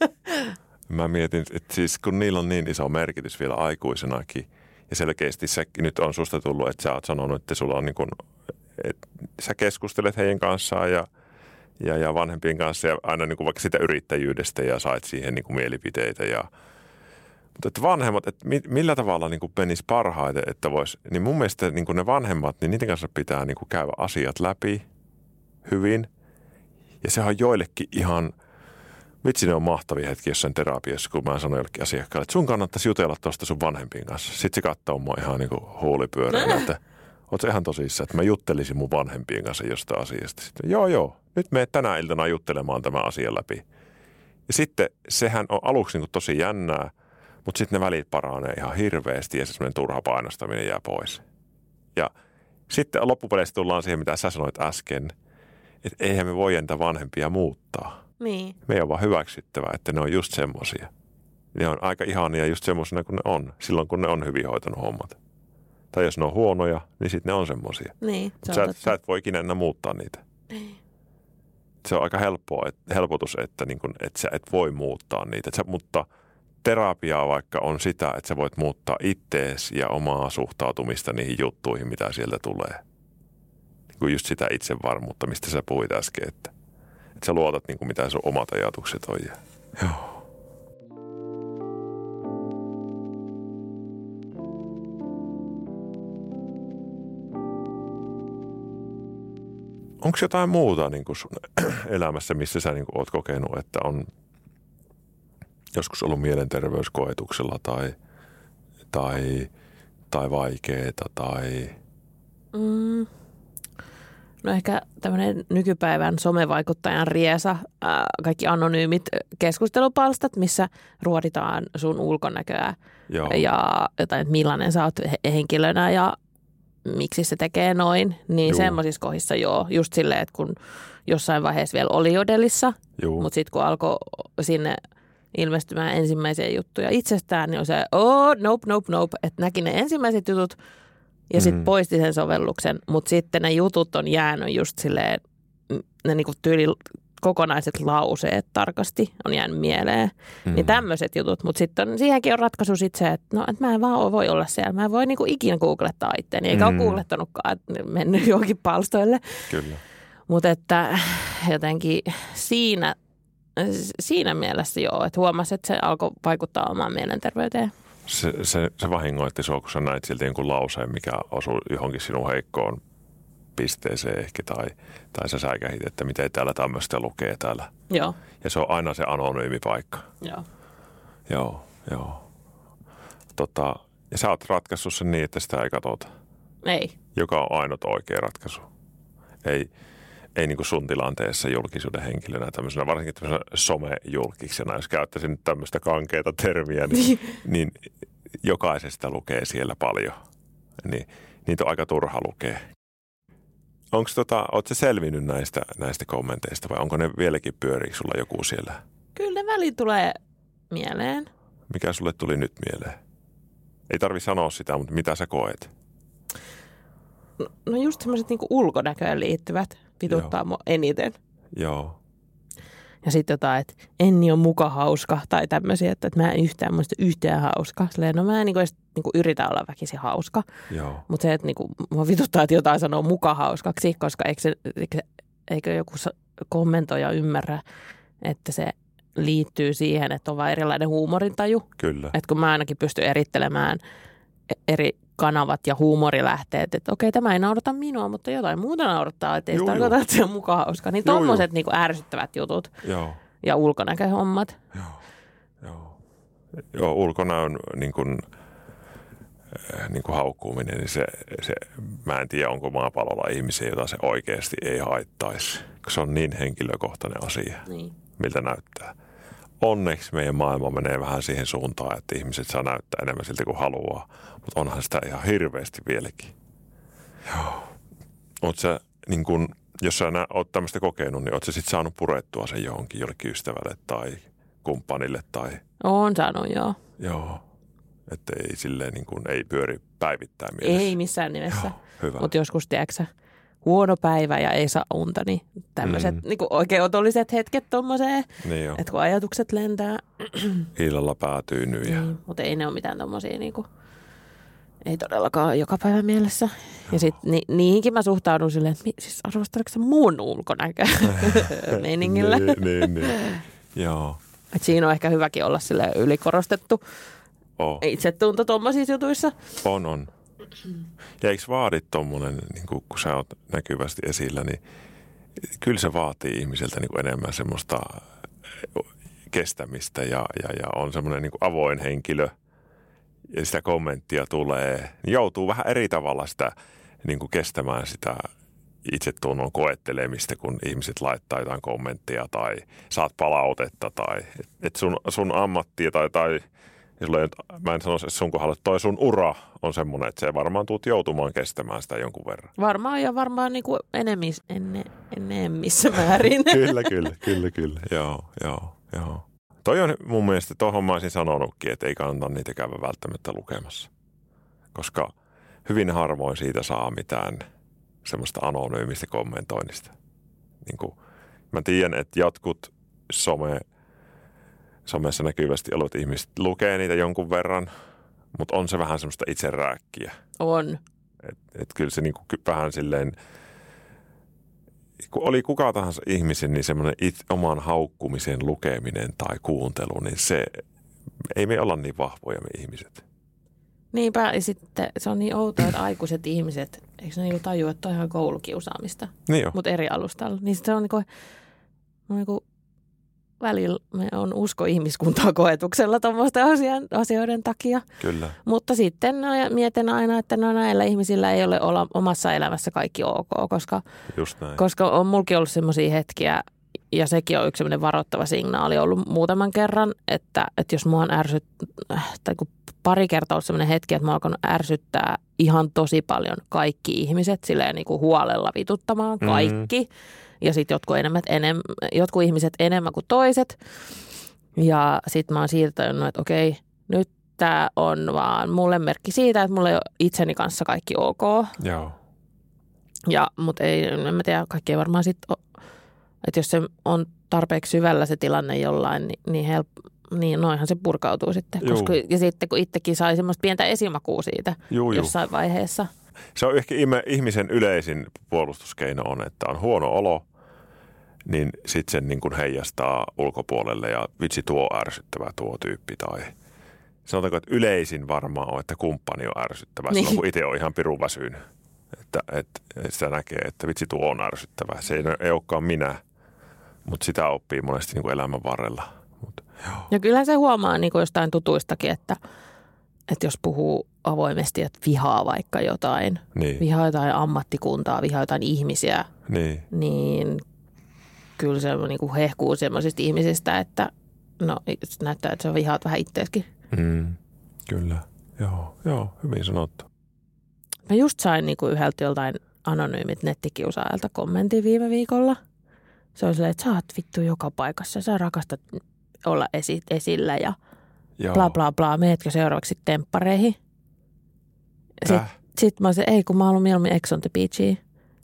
Mä mietin, että siis kun niillä on niin iso merkitys vielä aikuisenakin ja selkeästi se nyt on susta tullut, että sä oot sanonut, että sulla on niin kuin, että sä keskustelet heidän kanssaan ja vanhempien kanssa ja aina niin kuin vaikka sitä yrittäjyydestä ja sait siihen niin kuin mielipiteitä mutta että vanhemmat, että millä tavalla niin kuin menisi parhaiten, että vois, niin mun mielestä niin kuin ne vanhemmat, niin niiden kanssa pitää niin kuin käydä asiat läpi hyvin. Ja se on joillekin ihan, vitsi ne on mahtavia hetki jossain terapiassa, kun mä sanon jollekin asiakkaalle, että sun kannattaisi jutella tuosta sun vanhempien kanssa. Sitten se katsoo mua ihan niin kuin huulipyöränä, että oot sä ihan tosissaan, että mä juttelisin mun vanhempien kanssa jostain asiasta. Sitten, joo, nyt me tänä iltana juttelemaan tämän asian läpi. Ja sitten sehän on aluksi niin kuin tosi jännää, mutta sitten ne välit paranee ihan hirveästi ja se semmoinen turha painostaminen jää pois. Ja sitten loppupeleissä tullaan siihen, mitä sä sanoit äsken, että eihän me voi entä vanhempia muuttaa. Niin. Me on vaan hyväksyttävä, että ne on just semmoisia. Ne on aika ihania just semmoisena kuin ne on, silloin kun ne on hyvin hoitanut hommat. Tai jos ne on huonoja, niin sitten ne on semmoisia. Niin, sä et voi ikinä enää muuttaa niitä. Niin. Se on aika helpotus, että, niin kun, että sä et voi muuttaa niitä. Mutta terapiaa vaikka on sitä, että sä voit muuttaa ittees ja omaa suhtautumista niihin juttuihin, mitä sieltä tulee. Niin kuin just sitä itsevarmuutta, mistä sä puhuit äsken, että sä luotat niin kuin mitä sun omat ajatukset on. Joo. Onko jotain muuta niin kuin sun elämässä, missä sä niin kuin oot kokenut, että on joskus ollut mielenterveyskoetuksella tai vaikeeta tai... No ehkä tämmöinen nykypäivän somevaikuttajan riesa, kaikki anonyymit keskustelupalstat, missä ruoditaan sun ulkonäköä. Joo. Ja jotain, että millainen sä oot henkilönä ja miksi se tekee noin. Niin semmoisissa kohdissa just silleen, että kun jossain vaiheessa vielä oli Jodellissa, mutta sitten kun alkoi sinne ilmestymään ensimmäisiä juttuja itsestään, niin on se, nope, että näki ne ensimmäiset jutut ja sitten poisti sen sovelluksen, mutta sitten ne jutut on jäänyt just silleen, ne niinku tyyli kokonaiset lauseet tarkasti on jäänyt mieleen. Niin tämmöiset jutut, mutta sitten siihenkin on ratkaisu sitten se, että no, että mä en vaan voi olla siellä. Mä en voi niinku ikinä googlettaa itseäni, eikä ole googlettanutkaan, että mennyt johonkin palstoille. Kyllä. Mutta että jotenkin siinä mielessä joo, että huomasi, että se alkoi vaikuttaa omaan mielenterveyteen. Se vahingoitti sua, kun sä näit sieltä jonkun lauseen, mikä osui johonkin sinun heikkoon pisteeseen ehkä, tai sä säikähit, että miten täällä tämmöistä lukee täällä. Joo. Ja se on aina se anonyymi paikka. Joo. Joo. Ja sä oot ratkaissut sen niin, että sitä ei katsota. Ei. Joka on ainut oikea ratkaisu. Ei niin kuin sun tilanteessa julkisuuden henkilönä tämmöisenä, varsinkin tämmöisenä somejulkiksena. Jos käyttäisin nyt tämmöistä kankeata termiä, niin jokaisesta lukee siellä paljon. Niin niitä on aika turha lukea. Ootko sä selvinnyt näistä kommenteista vai onko ne vieläkin pyörii sulla joku siellä? Kyllä ne väliin tulee mieleen. Mikä sulle tuli nyt mieleen? Ei tarvi sanoa sitä, mutta mitä sä koet? No just semmoiset niinku ulkonäköön liittyvät vituttaa mua eniten. Joo. Ja sitten jotain, että Enni on muka hauska tai tämmöisiä, että mä en yhtään hauska. Silleen, no mä en edes yritä olla väkisin hauska. Mutta se, että mua vituttaa, että jotain sanoo muka hauskaksi, koska eikö joku kommentoija ymmärrä, että se liittyy siihen, että on vain erilainen huumorintaju. Kyllä. Että kun mä ainakin pystyn erittelemään eri kanavat ja huumorilähteet, että okei, tämä ei naurata minua, mutta jotain muuta naurattaa, että ei se tarkoita, että se on muka hauska. Niin tommoset niinku ärsyttävät jutut ja ulkonäköhommat. Joo, ulkonäön niin kuin haukkuuminen, niin se, mä en tiedä, onko maapallolla ihmisiä, jota se oikeasti ei haittaisi. Se on niin henkilökohtainen asia, miltä näyttää. Onneksi meidän maailma menee vähän siihen suuntaan, että ihmiset saa näyttää enemmän siltä kuin haluaa. Mutta onhan sitä ihan hirveästi vieläkin. Joo. Oot sä, niin kun, jos sä oot tämmöistä kokenut, niin oot sä sit saanut purettua sen jollekin ystävälle tai kumppanille? Tai... Oon saanut, joo. Joo. Että ei silleen niin kun, ei pyöri päivittäin mielessä. Ei missään nimessä. Hyvä. Mutta joskus, tiedätkö, huono päivä ja ei saa unta, niin tämmöiset niinku oikein otolliset hetket tommoseen, niin että kun ajatukset lentää. Illalla päätyy nyt. Niin, mutta ei ne ole mitään tommosia niinku, ei todellakaan joka päivä mielessä. Ja sitten niihinkin mä suhtaudun silleen, että siis arvosteletko sä mun ulkonäköä meiningillä? niin. Joo. Et siinä on ehkä hyväkin olla silleen ylikorostettu itsetunto tommosissa jutuissa. On. Ja eikö vaadi tommonen, niin kun sä oot näkyvästi esillä, niin kyllä se vaatii ihmiseltä niin kuin enemmän semmoista kestämistä ja on semmoinen niin kuin avoin henkilö ja sitä kommenttia tulee, niin joutuu vähän eri tavalla sitä niin kuin kestämään sitä itsetunnon koettelemistä, kun ihmiset laittaa jotain kommenttia tai saat palautetta tai että sun ammattia tai mä en sano sun kohdalla, että toi sun ura on semmoinen, että se varmaan tuut joutumaan kestämään sitä jonkun verran. Varmaan niin kuin enemmissä määrin. Kyllä. Joo. Toi on mun mielestä, tohon mä olisin sanonutkin, että ei kannata niitä käydä välttämättä lukemassa. Koska hyvin harvoin siitä saa mitään semmoista anonyymistä kommentoinnista. Niin kuin, mä tiedän, että jotkut somessa näkyvästi olevat ihmiset lukee niitä jonkun verran, mutta on se vähän semmoista itserääkkiä. On. Et kyllä se niinku vähän silleen, kun oli kuka tahansa ihmisen, niin semmoinen oman haukkumisen lukeminen tai kuuntelu, niin se, ei me olla niin vahvoja me ihmiset. Niinpä, ja sitten se on niin outoa, että aikuiset ihmiset, eikö ne niinku tajua, että on ihan koulukiusaamista, niin mutta eri alustalla. Niin se on niinku välillä me on usko ihmiskuntaa koetuksella tuommoisten asioiden takia. Kyllä. Mutta sitten mietin aina, että näillä ihmisillä ei ole olla omassa elämässä kaikki ok, koska on mulki ollut semmoisia hetkiä, ja sekin on yksi semmoinen varoittava signaali ollut muutaman kerran, että jos mua on tai kun pari kertaa ollut semmoinen hetki, että mua on alkanut ärsyttää ihan tosi paljon kaikki ihmiset, silleen niin kuin huolella vituttamaan kaikki. Ja sitten jotkut ihmiset enemmän kuin toiset. Ja sitten mä oon siirtänyt, että okei, nyt tää on vaan mulle merkki siitä, että mulla ei ole itseni kanssa kaikki ok. Joo. Mutta en mä tiedä, kaikki ei varmaan sitten ole, että jos se on tarpeeksi syvällä se tilanne jollain, niin noinhan se purkautuu sitten. Ja sitten kun itsekin sai semmoista pientä esimakua siitä jossain vaiheessa. Se on ehkä ihmisen yleisin puolustuskeino on, että on huono olo, niin sitten sen niin kuin heijastaa ulkopuolelle ja vitsi tuo on ärsyttävä tuo tyyppi tai sanotaanko, että yleisin varmaan on, että kumppani on ärsyttävä niin. Silloin kun itse on ihan pirun väsynyt. Että sitä näkee, että vitsi tuo on ärsyttävä. Se ei olekaan minä, mutta sitä oppii monesti niin kuin elämän varrella. Ja kyllähän se huomaa niin kuin jostain tutuistakin, että jos puhuu avoimesti, että vihaa vaikka jotain, vihaa jotain ammattikuntaa, vihaa jotain ihmisiä, niin kyllä se niin kuin hehkuu semmoisista ihmisistä, että no näyttää, että se vihaat vähän itseäskin. Kyllä, joo, hyvin sanottu. Mä just sain niin kuin yhdeltä joltain anonyymit nettikiusaajalta kommentin viime viikolla. Se oli silleen, että sä oot vittu joka paikassa, sä rakastat olla esillä ja bla bla bla, meetkö seuraavaksi temppareihin? Sitten mä olisin, ei kun mä oon ollut mieluummin Ex on the Beachia.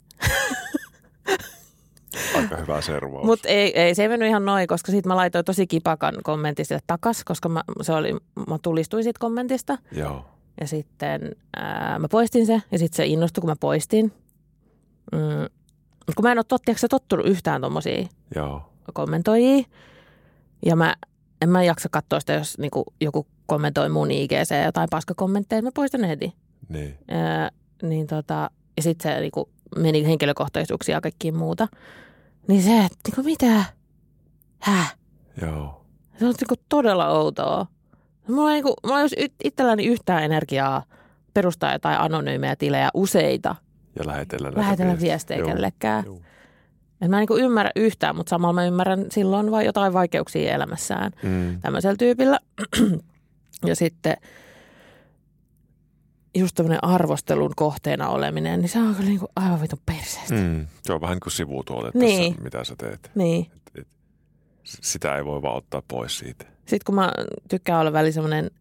Aika hyvä servaus. Mutta ei se mennyt ihan noin, koska sitten mä laitoin tosi kipakan kommentin sille takas, koska mä tulistuin siitä kommentista. Joo. Ja sitten mä poistin se ja sitten se innostui, kun mä poistin. Kun mä en ole tottunut yhtään tommosia kommentoijia. Ja en mä jaksa katsoa sitä, jos niinku joku kommentoi mun IGC jotain paskakommentteja, mä poistan ne heti. Niin. Ja sitten se niinku meni henkilökohtaisuuksia ja kaikkiin muuta. Niin se, että niinku mitä? Häh? Joo. Se on niinku todella outoa. Mulla ei olisi itselläni yhtään energiaa perustaa jotain anonyymejä tilejä useita. Ja lähetellä viestejä kellekään. En mä niinku ymmärrä yhtään, mutta samalla mä ymmärrän silloin vai jotain vaikeuksia elämässään tämmöisellä tyypillä. Ja sitten just tämmöinen arvostelun kohteena oleminen, niin se on kyllä niinku aivan vitun perseestä. Se on vähän niin kuin sivutuote tässä, mitä sä teet. Niin. Sitä ei voi vaan ottaa pois siitä. Sitten kun mä tykkään olla väliin semmoinen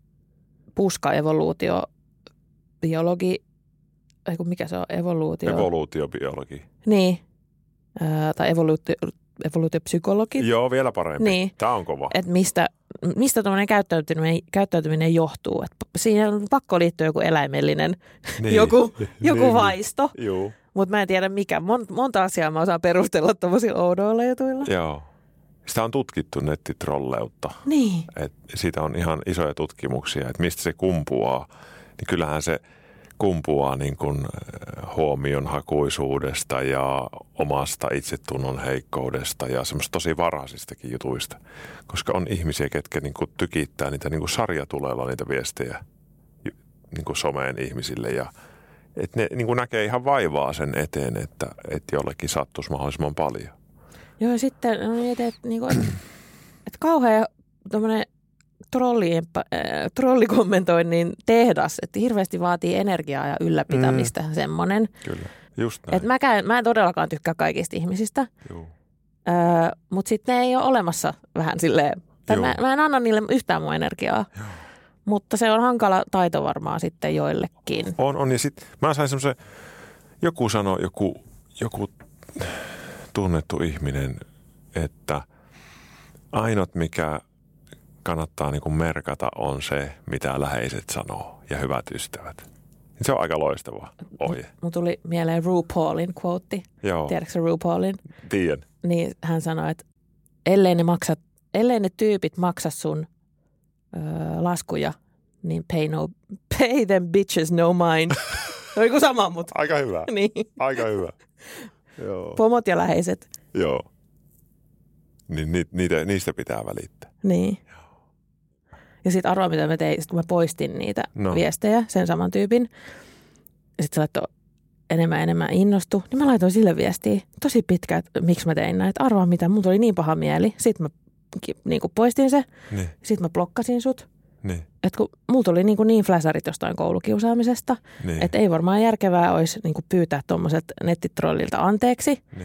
puska-evoluutiobiologi, mikä se on? Evoluutiobiologi. Niin. Tai evoluutiopsykologi. Joo, vielä parempi. Niin. Tämä on kova. Että mistä tuommoinen käyttäytyminen johtuu. Et siinä on pakko liittyä joku eläimellinen, joku vaisto. Mutta mä en tiedä mikä. Monta asiaa mä osaan perustella tuommoisilla oudoilla jutuilla. Joo. Sitä on tutkittu nettitrolleutta. Niin. Siitä on ihan isoja tutkimuksia, että mistä se kumpuaa. Niin kyllähän se kumpuaa niin kuin huomionhakuisuudesta ja omasta itsetunnon heikkoudesta ja semmoista tosi varhaisistakin jutuista. Koska on ihmisiä, ketkä niin kuin tykittää niitä niin kuin sarjatuleilla niitä viestejä niin kuin someen ihmisille. Ja, että ne niin kuin näkee ihan vaivaa sen eteen, että jollekin sattuisi mahdollisimman paljon. Joo, ja sitten mietin, että kauhean tuommoinen trollikommentoinnin tehdas, että hirveästi vaatii energiaa ja ylläpitämistä semmoinen. Kyllä, just näin. Että mä en todellakaan tykkää kaikista ihmisistä, mutta sitten ne ei ole olemassa vähän silleen. Mä en anna niille yhtään mun energiaa, mutta se on hankala taito varmaan sitten joillekin. On ja sitten mä sain semmoisen, joku tunnettu ihminen, että ainut mikä kannattaa niin kuin merkata on se, mitä läheiset sanoo ja hyvät ystävät. Se on aika loistava ohje. Mun tuli mieleen RuPaulin quote. Tiedätkö sä RuPaulin? Tiedän. Niin hän sanoi, että ellei ne tyypit maksa sun laskuja, niin pay them bitches no mind. Se on niin kuin sama, mutta. Aika hyvä. Niin. Aika hyvä. Joo. Pomot ja läheiset. Joo. Niin niistä pitää välittää. Niin. Ja sitten arvaa, mitä mä tein, kun mä poistin niitä viestejä, sen saman tyypin. Ja sitten se laittoi enemmän innostu. Niin mä laitoin sille viestiä tosi pitkä, että miksi mä tein näitä. Arvaa mitä, mun tuli niin paha mieli. Sitten mä niin poistin se. Niin. Sitten mä blokkasin sut. Niin. Että kun mulla tuli niin fläsärit jostain koulukiusaamisesta, että ei varmaan järkevää olisi pyytää tuommoiset nettitrollilta anteeksi. Niin.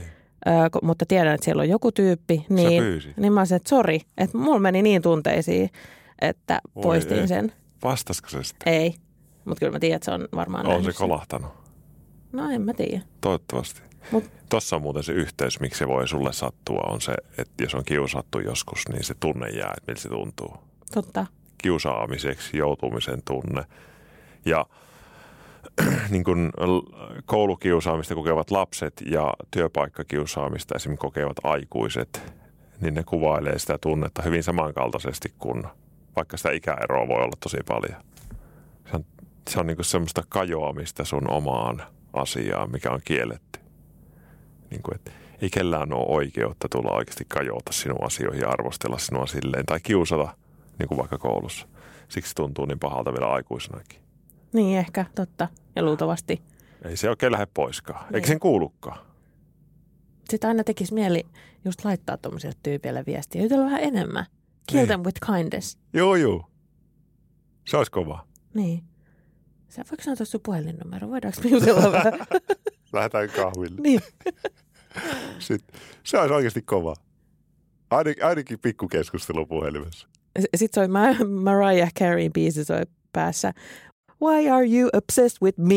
mutta tiedän, että siellä on joku tyyppi. Niin mä olisin, että sori, että mulla meni niin tunteisiin, että poistin sen. Vastasko se sitten? Ei, mutta kyllä mä tiedän, että se on varmaan nähnyt. On se kolahtanut? No en mä tiedä. Toivottavasti. Tossa on muuten se yhteys, miksi se voi sulle sattua, on se, että jos on kiusattu joskus, niin se tunne jää, että miltä se tuntuu. Totta. Kiusaamiseksi joutumisen tunne. Ja niin kuin koulukiusaamista kokevat lapset ja työpaikkakiusaamista esimerkiksi kokevat aikuiset, niin ne kuvailee sitä tunnetta hyvin samankaltaisesti kuin vaikka sitä ikäeroa voi olla tosi paljon. Se on niin kuin semmoista kajoamista sun omaan asiaan, mikä on kielletty. Niin kuin, että ei kellään ole oikeutta tulla oikeasti kajota sinun asioihin ja arvostella sinua silleen tai kiusata, niin kuin vaikka koulussa. Siksi tuntuu niin pahalta vielä aikuisenakin. Niin ehkä, totta. Ja luultavasti. Ei se oikein lähde poiskaan. Eikä sen kuulukaan. Sitten aina tekisi mieli just laittaa tuommoisille tyypeille viestiä. Jutella vähän enemmän. Kill them with kindness. Joo. Se olisi kova. Niin. Sä voiko sanoa sun puhelinnumero? Voidaanko me jutella vähän? Lähdetään kahville. Niin. Sitten, se olisi oikeasti kova. Ainakin pikkukeskustelu puhelimessa. Sitten soi Mariah Careyn biisi soi päässä. Why are you obsessed with me?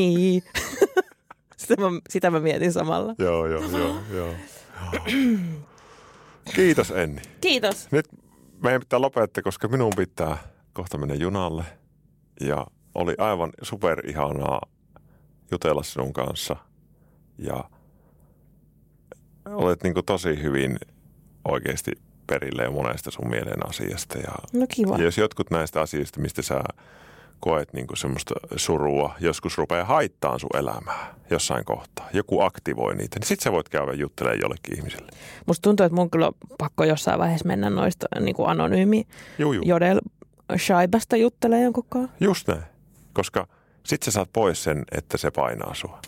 Sitä mä mietin samalla. Joo. Kiitos Enni. Kiitos. Nyt meidän pitää lopettaa, koska minun pitää kohta mennä junalle. Ja oli aivan superihanaa jutella sinun kanssa. Ja olet niin kuin tosi hyvin oikeasti perille ja monesta sun mielen asiasta. Ja no kiva. Ja jos jotkut näistä asioista, mistä sä koet niin kuin semmoista surua, joskus rupeaa haittaan sun elämää jossain kohtaa. Joku aktivoi niitä, niin sit sä voit käydä juttelemaan jollekin ihmiselle. Musta tuntuu, että mun kyllä on pakko jossain vaiheessa mennä noista niin kuin anonyymi Jodel Shaibasta juttelemaan jonkunkaan. Just näin, koska sit sä saat pois sen, että se painaa sua.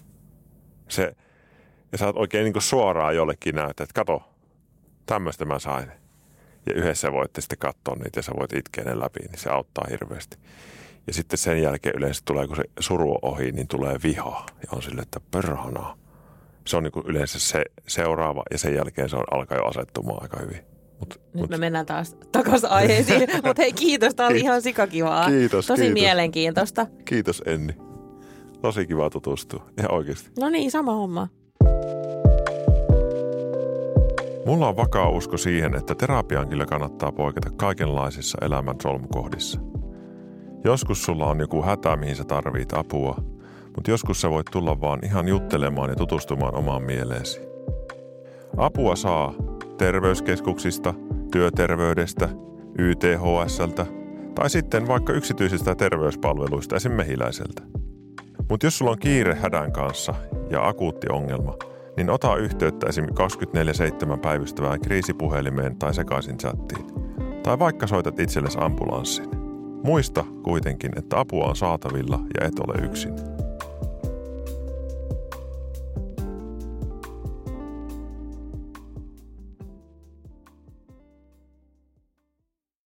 Ja sä oot oikein niin kuin suoraan jollekin näyttää, että kato, tämmöistä mä sain. Ja yhdessä voitte sitten katsoa niitä ja sä voit itkeä ne läpi, niin se auttaa hirveästi. Ja sitten sen jälkeen yleensä tulee, kun se suru on ohi, niin tulee viha. Ja on silleen, että perhana. Se on niin kuin yleensä se seuraava ja sen jälkeen se alkaa jo asettumaan aika hyvin. Nyt me mennään taas takaisin aiheisiin. Mutta hei, kiitos. Tämä oli ihan sikakivaa. Tosi mielenkiintoista. Kiitos Enni. Tosi kiva tutustua. Ihan oikeasti. No niin, sama homma. Mulla on vakaa usko siihen, että terapiaan kyllä kannattaa poiketa kaikenlaisissa elämän solmukohdissa. Joskus sulla on joku hätä, mihin sä tarvit apua, mutta joskus sä voit tulla vaan ihan juttelemaan ja tutustumaan omaan mieleesi. Apua saa terveyskeskuksista, työterveydestä, YTHS:ltä tai sitten vaikka yksityisistä terveyspalveluista, esim. Mehiläiseltä. Mutta jos sulla on kiire hädän kanssa ja akuutti ongelma, niin ota yhteyttä esim. 24/7 päivystävään kriisipuhelimeen tai sekaisin chattiin. Tai vaikka soitat itsellesi ambulanssin. Muista kuitenkin, että apua on saatavilla ja et ole yksin.